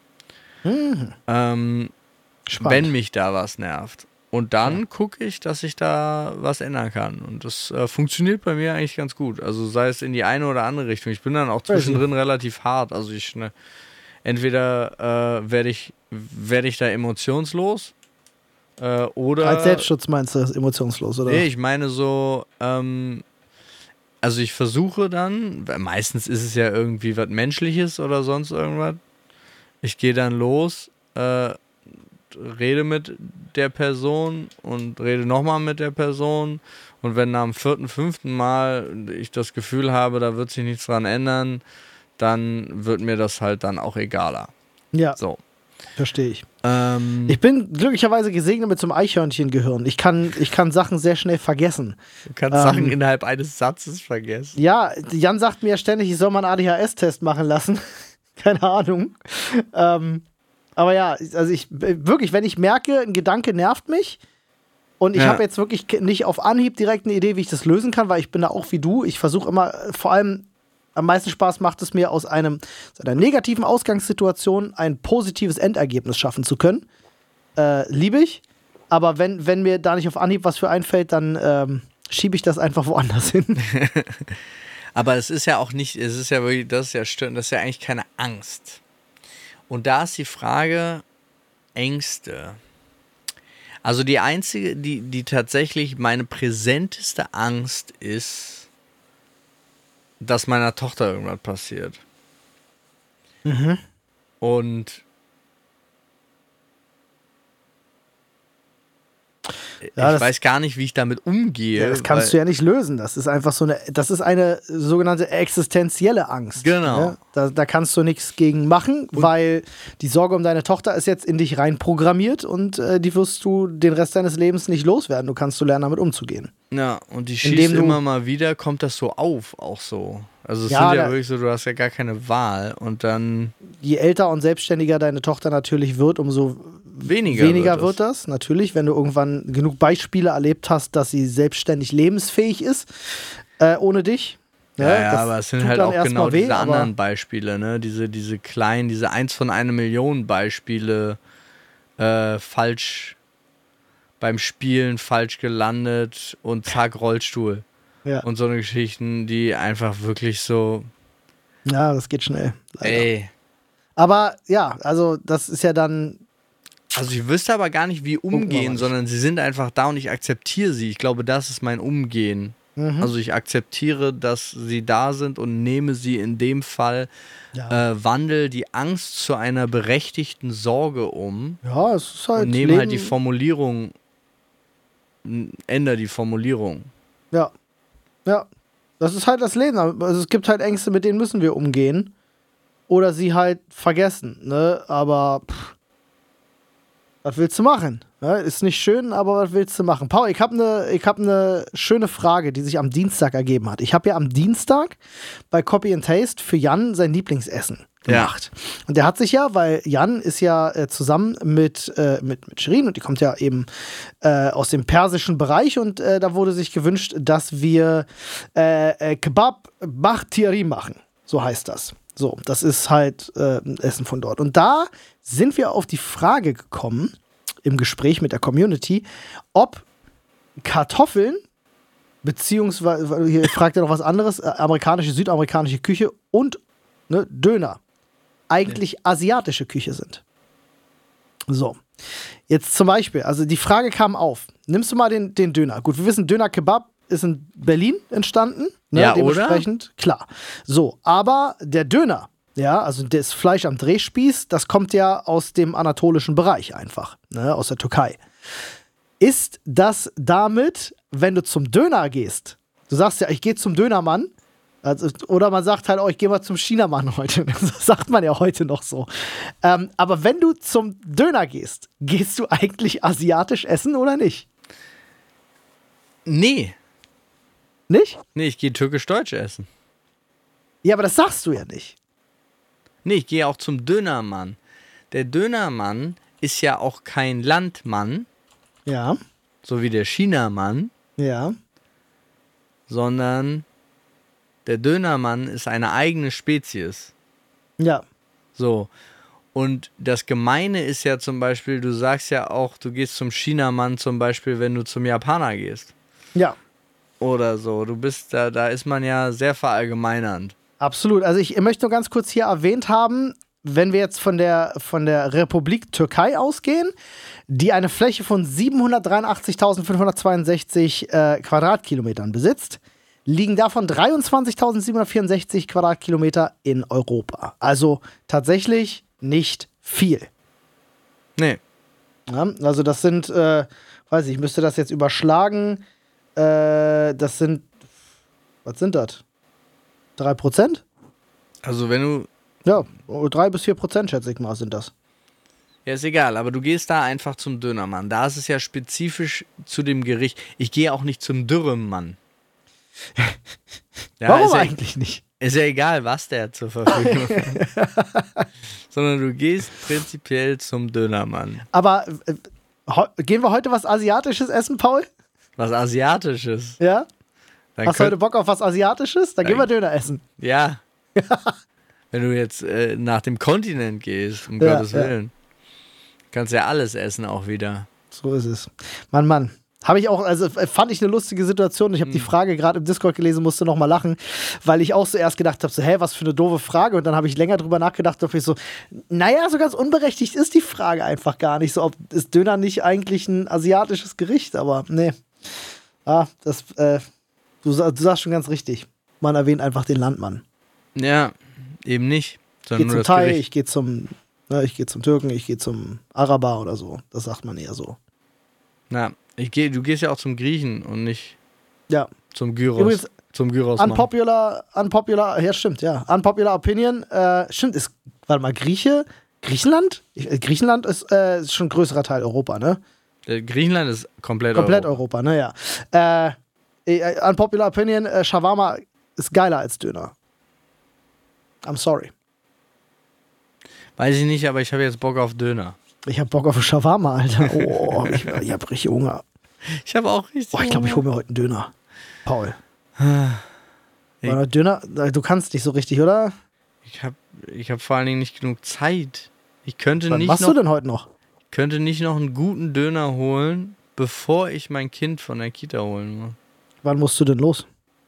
Ähm, Spannend. wenn mich da was nervt. Und dann gucke ich, dass ich da was ändern kann. Und das äh, funktioniert bei mir eigentlich ganz gut. Also sei es in die eine oder andere Richtung. Ich bin dann auch zwischendrin relativ hart. Also ich, ne, entweder äh, werde ich, werd ich da emotionslos äh, oder... Als Selbstschutz meinst du, das emotionslos, oder? Nee, ich meine so, ähm, also ich versuche dann, weil meistens ist es ja irgendwie was Menschliches oder sonst irgendwas. Ich gehe dann los, äh, rede mit der Person und rede nochmal mit der Person und wenn nach dem vierten, fünften Mal ich das Gefühl habe, da wird sich nichts dran ändern, dann wird mir das halt dann auch egaler. Ja, So. verstehe ich. Ähm, Ich bin glücklicherweise gesegnet mit so einem Eichhörnchengehirn. Ich kann, ich kann Sachen sehr schnell vergessen. du kannst ähm, Sachen innerhalb eines Satzes vergessen. Ja, Jan sagt mir ja ständig, ich soll mal einen A D H S-Test machen lassen. Keine Ahnung. Ähm, aber ja, also ich wirklich, wenn ich merke, ein Gedanke nervt mich und ich Ja. habe jetzt wirklich nicht auf Anhieb direkt eine Idee, wie ich das lösen kann, weil ich bin da auch wie du. Ich versuche immer äh, vor allem Am meisten Spaß macht es mir, aus, einem, aus einer negativen Ausgangssituation ein positives Endergebnis schaffen zu können. Äh, liebe ich. Aber wenn, wenn mir da nicht auf Anhieb was für einfällt, dann ähm, schiebe ich das einfach woanders hin. Aber es ist ja auch nicht, es ist ja wirklich, das ist ja störend, das ist ja eigentlich keine Angst. Und da ist die Frage, Ängste. Also die einzige, die, die tatsächlich meine präsenteste Angst ist, dass meiner Tochter irgendwas passiert. Mhm. Und Ja, ich weiß gar nicht, wie ich damit umgehe. Ja, das kannst du ja nicht lösen. Das ist einfach so eine, das ist eine sogenannte existenzielle Angst. Genau. Ja? Da, da kannst du nichts gegen machen, und weil die Sorge um deine Tochter ist jetzt in dich reinprogrammiert und äh, die wirst du den Rest deines Lebens nicht loswerden. Du kannst du lernen, damit umzugehen. Ja, und die Indem schießt du- immer mal wieder, kommt das so auf, auch so. Also es Ja, sind ja da- wirklich so, du hast ja gar keine Wahl und dann Je älter und selbstständiger deine Tochter natürlich wird, umso weniger, weniger wird, wird das. Natürlich, wenn du irgendwann genug Beispiele erlebt hast, dass sie selbstständig lebensfähig ist, äh, ohne dich. Ja, ja, das aber es sind tut halt dann auch erst genau mal weh, diese aber- anderen Beispiele, ne? Diese, diese kleinen, diese eins von einer Million Beispiele, äh, falsch beim Spielen, falsch gelandet und zack, Rollstuhl. Ja. Und so eine Geschichten, die einfach wirklich so, Ja, das geht schnell. leider. ey. Aber ja, also das ist ja dann. Also ich wüsste aber gar nicht, wie wir mal umgehen, nicht. sondern sie sind einfach da und ich akzeptiere sie. Ich glaube, das ist mein Umgehen. Mhm. Also ich akzeptiere, dass sie da sind und nehme sie in dem Fall, Ja, äh, wandel die Angst zu einer berechtigten Sorge um ja es ist halt. und nehme Leben, halt die Formulierung, n- ändere die Formulierung. Ja. Ja. Das ist halt das Leben. Also es gibt halt Ängste, mit denen müssen wir umgehen. Oder sie halt vergessen. Ne? Aber pff, was willst du machen? Ja, ist nicht schön, aber was willst du machen? Paul, ich habe eine ich hab ne schöne Frage, die sich am Dienstag ergeben hat. Ich habe ja am Dienstag bei Copy and Taste für Jan sein Lieblingsessen gemacht. Ja. Und der hat sich ja, weil Jan ist ja äh, zusammen mit, äh, mit, mit Shirin und die kommt ja eben äh, aus dem persischen Bereich und äh, da wurde sich gewünscht, dass wir äh, äh, Kebab Bahtiyari machen. So heißt das. So, das ist halt äh, ein Essen von dort. Und da sind wir auf die Frage gekommen, im Gespräch mit der Community, ob Kartoffeln, beziehungsweise, hier fragt er noch was anderes, äh, amerikanische, südamerikanische Küche und ne, Döner eigentlich ja. asiatische Küche sind. So, jetzt zum Beispiel, also die Frage kam auf, nimmst du mal den, den Döner. Gut, wir wissen, Döner Kebab ist in Berlin entstanden. Ne, ja, dementsprechend, oder? Klar. So, aber der Döner, ja, also das Fleisch am Drehspieß, das kommt ja aus dem anatolischen Bereich einfach, ne, aus der Türkei. Ist das damit, wenn du zum Döner gehst, du sagst ja, ich gehe zum Dönermann, also, oder man sagt halt, oh, ich gehe mal zum Chinamann heute, das sagt man ja heute noch so. Ähm, aber wenn du zum Döner gehst, gehst du eigentlich asiatisch essen oder nicht? Nee. Nicht? Nee, ich gehe türkisch-deutsch essen. Ja, aber das sagst du ja nicht. Nee, ich gehe auch zum Dönermann. Der Dönermann ist ja auch kein Landmann, Ja. so wie der Chinamann, Ja. sondern der Dönermann ist eine eigene Spezies. Ja. So. Und das Gemeine ist ja zum Beispiel, du sagst ja auch, du gehst zum Chinamann zum Beispiel, wenn du zum Japaner gehst. Ja. Oder so. Du bist da, da ist man ja sehr verallgemeinernd. Absolut. Also ich möchte nur ganz kurz hier erwähnt haben, wenn wir jetzt von der, von der Republik Türkei ausgehen, die eine Fläche von siebenhundertdreiundachtzigtausendfünfhundertzweiundsechzig äh, Quadratkilometern besitzt, liegen davon dreiundzwanzigtausendsiebenhundertvierundsechzig Quadratkilometer in Europa. Also tatsächlich nicht viel. Nee. Ja, also das sind, äh, weiß ich, ich müsste das jetzt überschlagen, äh, das sind, was sind das? Drei Prozent? Also wenn du, Ja, drei bis vier Prozent schätze ich mal sind das. ja ist egal, aber du gehst da einfach zum Dönermann. Da ist es ja spezifisch zu dem Gericht. Ich gehe auch nicht zum Dürremann. Ja, Warum ist ja, eigentlich nicht? Ist ja egal, was der zur Verfügung hat. Sondern du gehst prinzipiell zum Dönermann. Aber äh, gehen wir heute was Asiatisches essen, Paul? Was Asiatisches. Ja? Dann Hast du heute könnt, Bock auf was Asiatisches? Dann Nein. gehen wir Döner essen. ja, Wenn du jetzt äh, nach dem Kontinent gehst, um Ja, Gottes ja. Willen. Kannst ja alles essen auch wieder. So ist es. Mann, Mann. Habe ich auch, also äh, fand ich eine lustige Situation. Ich habe die Frage gerade im Discord gelesen, musste noch mal lachen, weil ich auch zuerst gedacht habe, so, hä, was für eine doofe Frage. Und dann habe ich länger drüber nachgedacht, ob ich so, naja, so ganz unberechtigt ist die Frage einfach gar nicht. So, ob ist Döner nicht eigentlich ein asiatisches Gericht? Aber nee. Ah, das, äh, du, sa- du sagst schon ganz richtig. Man erwähnt einfach den Landmann. Ja, eben nicht. Ich Sondern gehe nur zum das Thai, Gericht. ich gehe zum, ne, ich gehe zum Türken, ich gehe zum Araber oder so. Das sagt man eher so. Na, ich geh, du gehst ja auch zum Griechen und nicht Ja. zum Gyros. Übrigens, zum Gyros. Unpopular, unpopular, ja stimmt, ja. Unpopular Opinion, äh, stimmt, ist, warte mal, Grieche, Griechenland? Ich, äh, Griechenland ist, äh, ist schon ein größerer Teil Europa, ne? Äh, Griechenland ist komplett, Komplett Europa. Europa, ne, ja. Äh, äh, Unpopular Opinion, äh, Shawarma ist geiler als Döner. I'm sorry. Weiß ich nicht, aber ich habe jetzt Bock auf Döner. Ich hab Bock auf Shawarma, Alter. Oh, ich, ich hab richtig Hunger. Ich habe auch richtig Oh, ich glaube, ich hole mir heute einen Döner. Paul. Ich- Oder Döner, du kannst nicht so richtig, oder? Ich habe ich hab vor allen Dingen nicht genug Zeit. Ich könnte Was nicht, machst noch, du denn heute noch? könnte nicht noch einen guten Döner holen, bevor ich mein Kind von der Kita holen muss. Wann musst du denn los?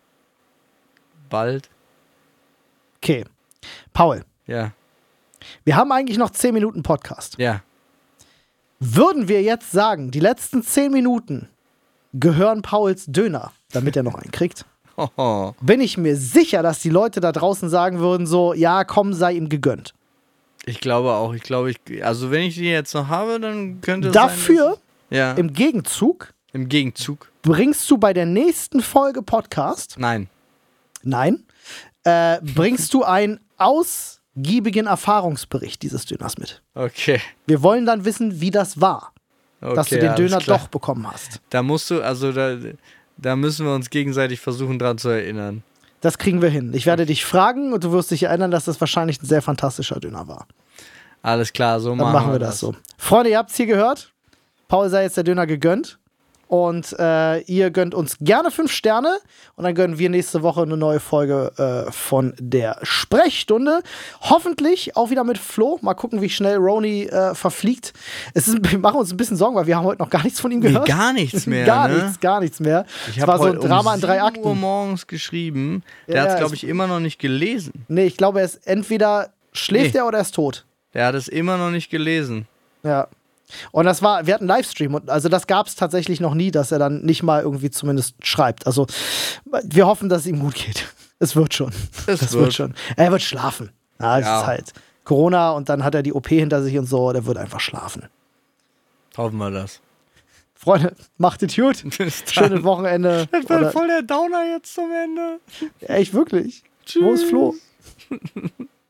Bald. Okay. Paul, Ja, wir haben eigentlich noch zehn Minuten Podcast. ja. Würden wir jetzt sagen, die letzten zehn Minuten gehören Pauls Döner, damit er noch einen kriegt, Hoho. bin ich mir sicher, dass die Leute da draußen sagen würden so, ja, komm, sei ihm gegönnt. Ich glaube auch. Ich glaube, ich, also wenn ich die jetzt noch habe, dann könnte es Dafür, sein, dass, ja, im, im Gegenzug, im Gegenzug. bringst du bei der nächsten Folge Podcast, Nein. nein, äh, bringst du einen ausgiebigen Erfahrungsbericht dieses Döners mit. Okay. Wir wollen dann wissen, wie das war, okay dass du den alles Döner klar. doch bekommen hast. Da musst du, also da, da müssen wir uns gegenseitig versuchen, dran zu erinnern. Das kriegen wir hin. Ich werde dich fragen und du wirst dich erinnern, dass das wahrscheinlich ein sehr fantastischer Döner war. Alles klar, so Dann machen, machen wir das so. Freunde, ihr habt es hier gehört. Paul sei jetzt der Döner gegönnt. Und äh, ihr gönnt uns gerne fünf Sterne. Und dann gönnen wir nächste Woche eine neue Folge äh, von der Sprechstunde. Hoffentlich auch wieder mit Flo. Mal gucken, wie schnell Roni äh, verfliegt. Es ist, wir machen uns ein bisschen Sorgen, weil wir haben heute noch gar nichts von ihm Nee, gehört. gar nichts mehr. gar ne? nichts, gar nichts mehr. Ich Es habe war so ein heute Drama um in drei sieben Uhr Akten. morgens geschrieben. Der Ja, hat es, ja, glaube es- ich, immer noch nicht gelesen. Nee, ich glaube, er ist entweder schläft Nee. er oder er ist tot. Der hat es immer noch nicht gelesen. Ja. Und das war, wir hatten einen Livestream und also das gab es tatsächlich noch nie, dass er dann nicht mal irgendwie zumindest schreibt. Also wir hoffen, dass es ihm gut geht. Es wird schon. Es das wird. wird schon. Er wird schlafen. Ja, es Ja. ist halt Corona und dann hat er die O P hinter sich und so, der wird einfach schlafen. Hoffen wir das. Freunde, macht es gut. Bis dann. Schönes Wochenende. Das war Oder, voll der Downer jetzt zum Ende. echt wirklich. Wo ist Flo?